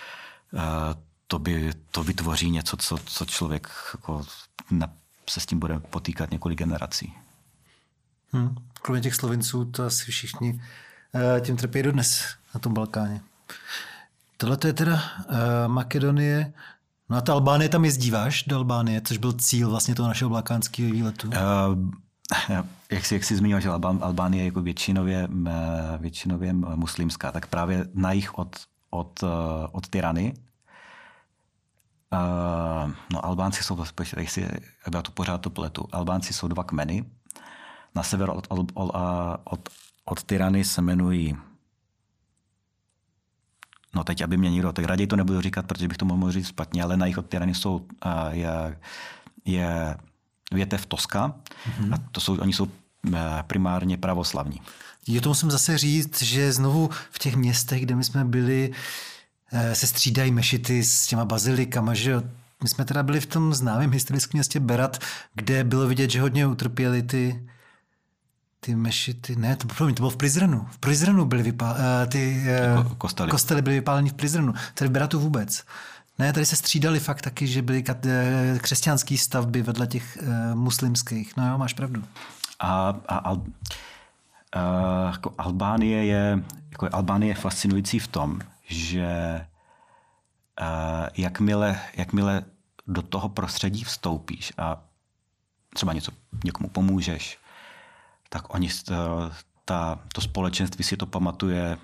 to vytvoří něco, co člověk jako se s tím bude potýkat několik generací. Kromě těch Slovinců to asi všichni tím trpí dodnes na tom Balkáně. Tohle to je teda Makedonie. No a ta Albánie, tam jezdíváš do Albánie, což byl cíl vlastně toho našeho balkánského výletu. Jak jsi zmínil, že Albánie je jako většinově muslimská, tak právě na jih od Tirany. No, Albánci jsou, já to pořád to pletu, Albánci jsou 2 kmeny. Na sever od Tirany se jmenují, no teď, aby mě někdo, tak raději to nebudu říkat, protože bych to mohl říct špatně, ale na jih od Tirany je větev Toska a oni jsou primárně pravoslavní. Jo, to musím zase říct, že znovu v těch městech, kde my jsme byli, se střídají mešity s těma bazilikama, že jo. My jsme teda byli v tom známém historickém městě Berat, kde bylo vidět, že hodně utrpěli ty mešity. Ne, to bylo v Prizrenu. V Prizrenu byly kostely byly vypáleny v Prizrenu. Tady v Beratu vůbec. Ne, tady se střídali fakt taky, že byly křesťanské stavby vedle těch muslimských. No jo, máš pravdu. Albánie je fascinující v tom, že jakmile do toho prostředí vstoupíš a třeba někomu pomůžeš, tak to společenství si to pamatuje,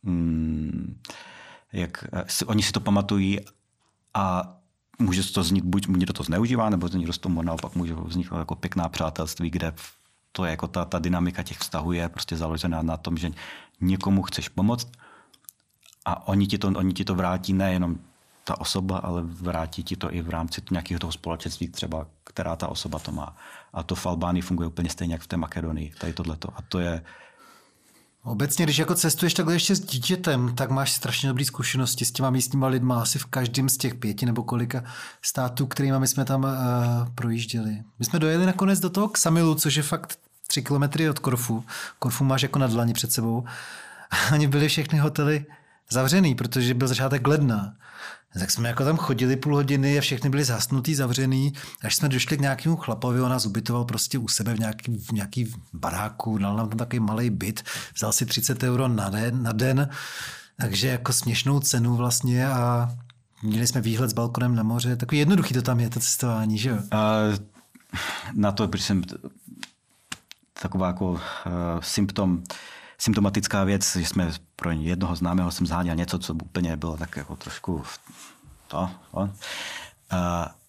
oni si to pamatují a může to znít, buď někdo to zneužívá, nebo někdo z toho naopak může vzniknout jako pěkná přátelství, kde to je jako ta dynamika těch vztahů je prostě založená na tom, že někomu chceš pomoct a oni ti to vrátí nejenom ta osoba, ale vrátí ti to i v rámci nějakého toho společenství třeba, která ta osoba to má. A to v Albánii funguje úplně stejně, jak v té Makedonii. Tady tohleto. A to je... Obecně, když jako cestuješ takhle ještě s dítětem, tak máš strašně dobré zkušenosti s těma místníma lidma asi v každém z těch 5 nebo kolika států, kterými my jsme tam projížděli. My jsme dojeli nakonec do toho Ksamilu, což je fakt 3 kilometry od Korfu. Korfu máš jako na dlani před sebou. A oni byli všechny hotely zavřený, protože byl začátek ledna. Tak jsme jako tam chodili půl hodiny a všechny byly zasnutý, zavřený. Až jsme došli k nějakému chlapovi, on nás ubytoval prostě u sebe v nějaký baráku, dal nám tam takový malej byt, vzal si 30 € na den, takže jako směšnou cenu vlastně a měli jsme výhled s balkonem na moře. Takový jednoduchý to tam je, to cestování, že jo? Na to, protože jsem taková jako symptomatická věc, že jsme pro jednoho známého jsem zháněl něco, co úplně bylo tak jako trošku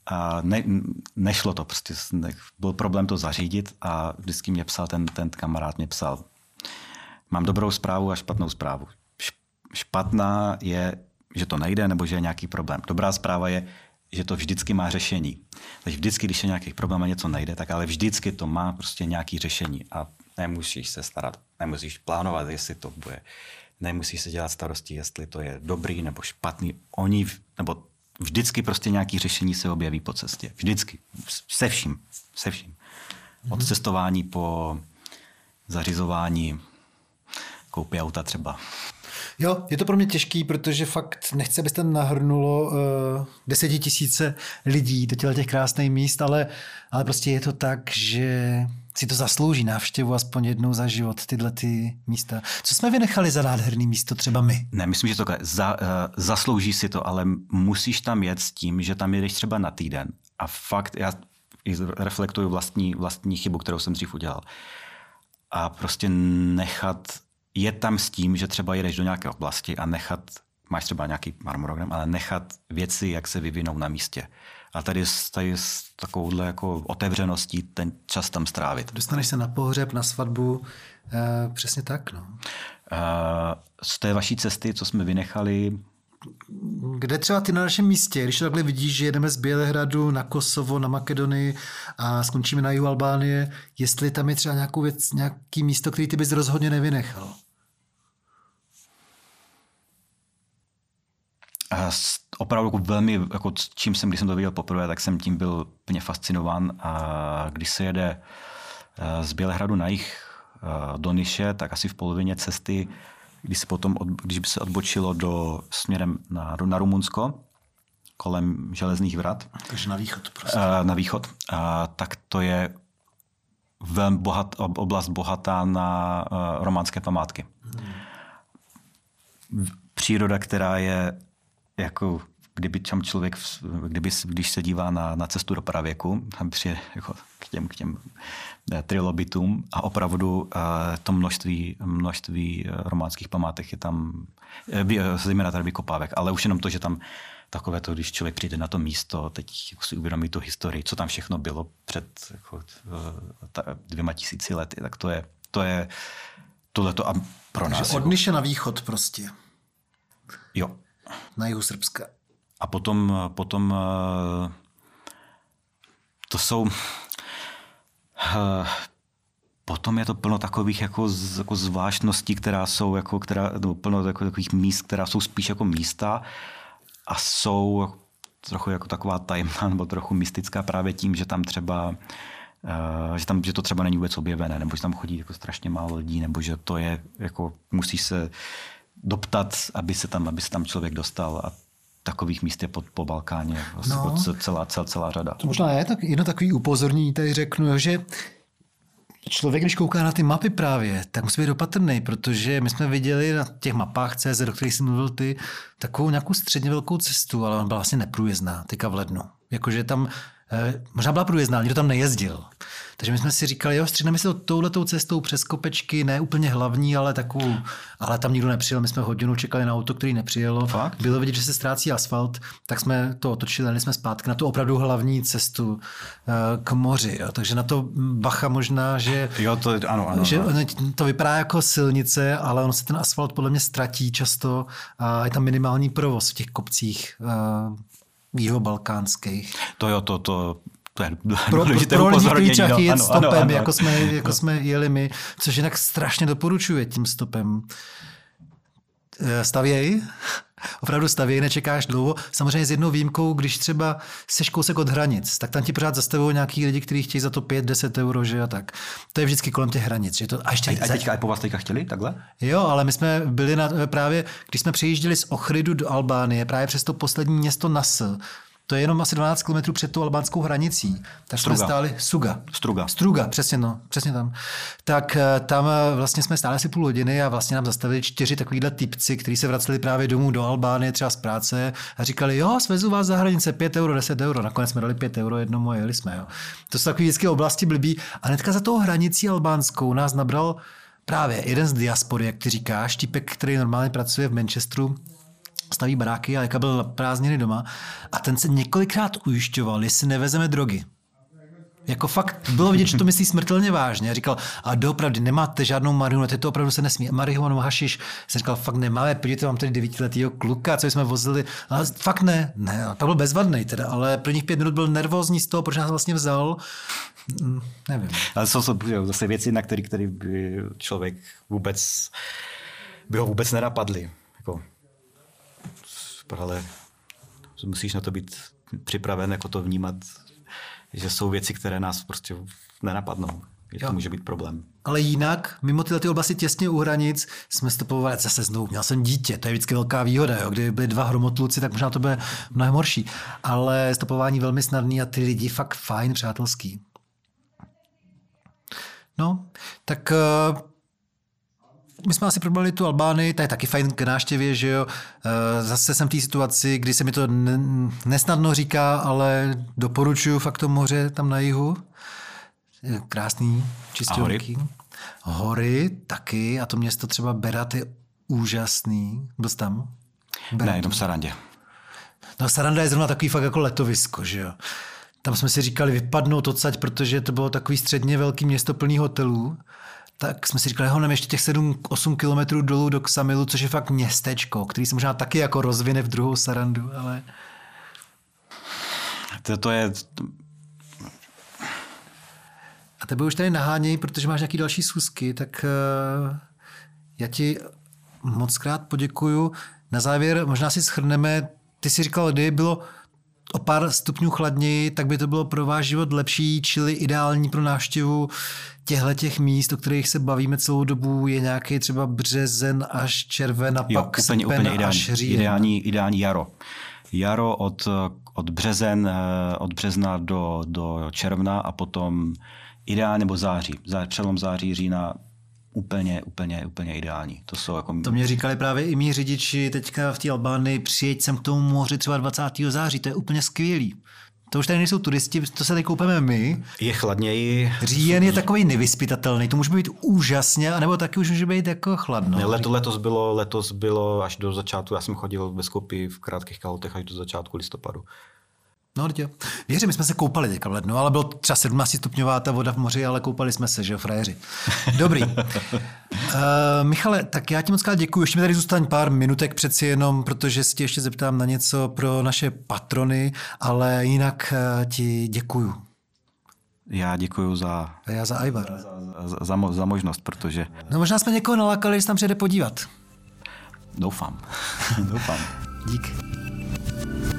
A nešlo to, prostě byl problém to zařídit a vždycky mě psal, ten kamarád mě psal, mám dobrou zprávu a špatnou zprávu. Špatná je, že to nejde, nebo že je nějaký problém. Dobrá zpráva je, že to vždycky má řešení. Takže vždycky, když je nějaký problém a něco nejde, tak ale vždycky to má prostě nějaký řešení a nemusíš se starat, nemusíš plánovat, jestli to bude, nemusíš se dělat starosti, jestli to je dobrý nebo špatný. Nebo vždycky prostě nějaký řešení se objeví po cestě. Vždycky. Se vším. Od cestování po zařizování koupě auta třeba. Jo, je to pro mě těžký, protože fakt nechci, abyste tam nahrnulo 10 000 lidí do těch krásných míst, ale prostě je to tak, že si to zaslouží návštěvu aspoň jednou za život, tyhle ty místa. Co jsme vynechali za nádherný místo třeba my? Ne, myslím, že to zaslouží si to, ale musíš tam jet s tím, že tam jedeš třeba na týden. A fakt, já reflektuju vlastní chybu, kterou jsem dřív udělal. A prostě jet tam s tím, že třeba jedeš do nějaké oblasti a máš třeba nějaký harmonogram, ale nechat věci, jak se vyvinou na místě. A tady s takovouhle jako otevřeností ten čas tam strávit. Dostaneš se na pohřeb, na svatbu, přesně tak, no. Z té vaší cesty, co jsme vynechali... Kde třeba ty na našem místě, když takhle vidíš, že jedeme z Bělehradu na Kosovo, na Makedonii a skončíme na jihu Albánie, jestli tam je třeba nějaký místo, který ty bys rozhodně nevynechal? Opravdu velmi, když jsem to viděl poprvé, tak jsem tím byl plně fascinován. A když se jede z Bělehradu na jih do Niše, tak asi v polovině cesty, když by se odbočilo směrem na Rumunsko, kolem Železných vrat. Takže na východ prostě. Na východ. Tak to je velmi oblast bohatá na románské památky. Příroda, která je jako kdyby tam člověk, když se dívá na cestu do pravěku, tam přijde jako k těm trilobitům a opravdu to množství románských památek je tam, zejména tady vykopávek, ale už jenom to, že tam takové to, když člověk přijde na to místo, teď si uvědomí tu historii, co tam všechno bylo před 2000 lety, tak to je tohleto a pro nás. Od Niše na východ prostě. Jo. Na jihu Srbska. A potom to jsou... Potom je to plno takových jako zvláštností, nebo plno takových míst, která jsou spíš jako místa a jsou trochu jako taková tajemná nebo trochu mystická právě tím, že tam třeba že to třeba není vůbec objevené, nebo že tam chodí jako strašně málo lidí, nebo že to je jako musíš se doptat, aby se tam člověk dostal a takových míst je po Balkáně celá řada. To možná je tak jedno takový upozornění, tady řeknu, že člověk, když kouká na ty mapy právě, tak musí být opatrný, protože my jsme viděli na těch mapách CZ, do kterých jsi mluvil ty, takovou nějakou středně velkou cestu, ale ona byla vlastně neprůjezdná, teďka v lednu. Jakože tam možná byla průjezdná, nikdo tam nejezdil. Takže my jsme si říkali, střídneme si to touhletou cestou přes kopečky, ne úplně hlavní, ale takovou, ale tam nikdo nepřijel, my jsme hodinu čekali na auto, který nepřijelo. Fakt? Bylo vidět, že se ztrácí asfalt, tak jsme to otočili, jeli jsme zpátky na tu opravdu hlavní cestu k moři. Jo. Takže na to bacha možná, že, ano. Že to vypadá jako silnice, ale ono se ten asfalt podle mě ztratí často a je tam minimální provoz v těch kopcích jihobalkánských. To je pro lidi, kteří třeba jet stopem, ano. Jako jsme jeli my, což jinak strašně doporučuje tím stopem. Stavěj, opravdu stavěj, nečekáš dlouho. Samozřejmě s jednou výjimkou, když třeba seš kousek od hranic, tak tam ti pořád zastavují nějaký lidi, kteří chtějí za to 5-10 euro, že a tak. To je vždycky kolem těch hranic. Že to, a po vás teďka chtěli takhle? Jo, ale my jsme byli právě, když jsme přijížděli z Ochridu do Albánie, právě přes to poslední město Nasl, to je jenom asi 12 km před tou albánskou hranicí. Tak jsme stáli Struga, přesně tam. Tak tam vlastně jsme stáli asi půl hodiny a vlastně nám zastavili 4 takovýhle typci, kteří se vraceli právě domů do Albánie, třeba z práce a říkali, svezu vás za hranice, 5 euro, 10 euro. Nakonec jsme dali 5 euro jednomu a jeli jsme. Jo. To jsou takový vždycky oblasti blbý. A hnedka za tou hranicí albánskou nás nabral právě jeden z diaspory, jak ty říkáš, týpek, který normálně pracuje v Manchesteru, staví baráky a Jaka byl na prázdniny doma a ten se několikrát ujišťoval, jestli nevezeme drogy. Jako fakt bylo vidět, že to myslí smrtelně vážně. A říkal, a doopravdy nemáte žádnou marihuanu, to opravdu se nesmí. Marihuanu, hašiš. Jsem říkal, fakt nemáme, podívejte, mám tady 9letýho kluka, co jsme vozili. Ale fakt ne. To byl bezvadný teda, ale prvních 5 minut byl nervózní z toho, proč nás vlastně vzal. Nevím. Ale jsou zase věci, na který by člověk by ho vůbec nenapadly. Jako, ale musíš na to být připraven, jako to vnímat, že jsou věci, které nás prostě nenapadnou. To může být problém. Ale jinak, mimo tyhle oblasti těsně u hranic, jsme stopovali zase znovu. Měl jsem dítě, to je vždycky velká výhoda. Jo? Kdyby byli 2 hromotluci, tak možná to bude mnohem horší. Ale stopování velmi snadný a ty lidi fakt fajn, přátelský. No, tak my jsme asi probali tu Albánii, to je taky fajn k návštěvě, že jo. Zase jsem v té situaci, kdy se mi to nesnadno říká, ale doporučuju fakt to moře tam na jihu. Krásný, čistější. Hory taky a to město třeba Berat je úžasný. Byl jsi tam? Berat. Ne, jenom v Sarandě. No Saranda je zrovna takový fakt jako letovisko, že jo. Tam jsme si říkali vypadnout odsaď, protože to bylo takový středně velký město plný hotelů. Tak jsme si říkali, nám ještě těch 7-8 kilometrů dolů do Ksamilu, což je fakt městečko, který se možná taky jako rozvine v druhou Sarandu, ale... To je... A tebe už tady nahánějí, protože máš nějaký další schůzky, tak já ti moc krát poděkuju. Na závěr možná si shrneme, ty jsi říkal, kdy bylo o pár stupňů chladněji, tak by to bylo pro váš život lepší, čili ideální pro návštěvu těch míst, o kterých se bavíme celou dobu, je nějaký třeba březen až červen a pak úplně až říjen. Ideální jaro. Jaro od března do června a potom ideálně nebo září. Přelom září, října úplně ideální. To mě říkali právě i mý řidiči teďka v té Albánii, přijeď sem k tomu moři třeba 20. září, to je úplně skvělý. To už tady nejsou turisti, to se tady koupeme my. Je chladněji. Říjen je takový nevyspytatelný, to může být úžasně, anebo taky už může být jako chladno. Letos bylo až do začátku, já jsem chodil ve Skopji v krátkých kalhotech až do začátku listopadu. No, věřím, my jsme se koupali teďka v lednu, ale bylo třeba 17 stupňová ta voda v moři, ale koupali jsme se, že jo, frajeři. Dobrý. Michale, tak já ti moc krát děkuji. Ještě mi tady zůstaň pár minutek přeci jenom, protože si tě ještě zeptám na něco pro naše patrony, ale jinak ti děkuju. Já děkuju Já za Ajvar. Za možnost, protože... No možná jsme někoho nalákali, že se tam přijde podívat. Doufám. Dík.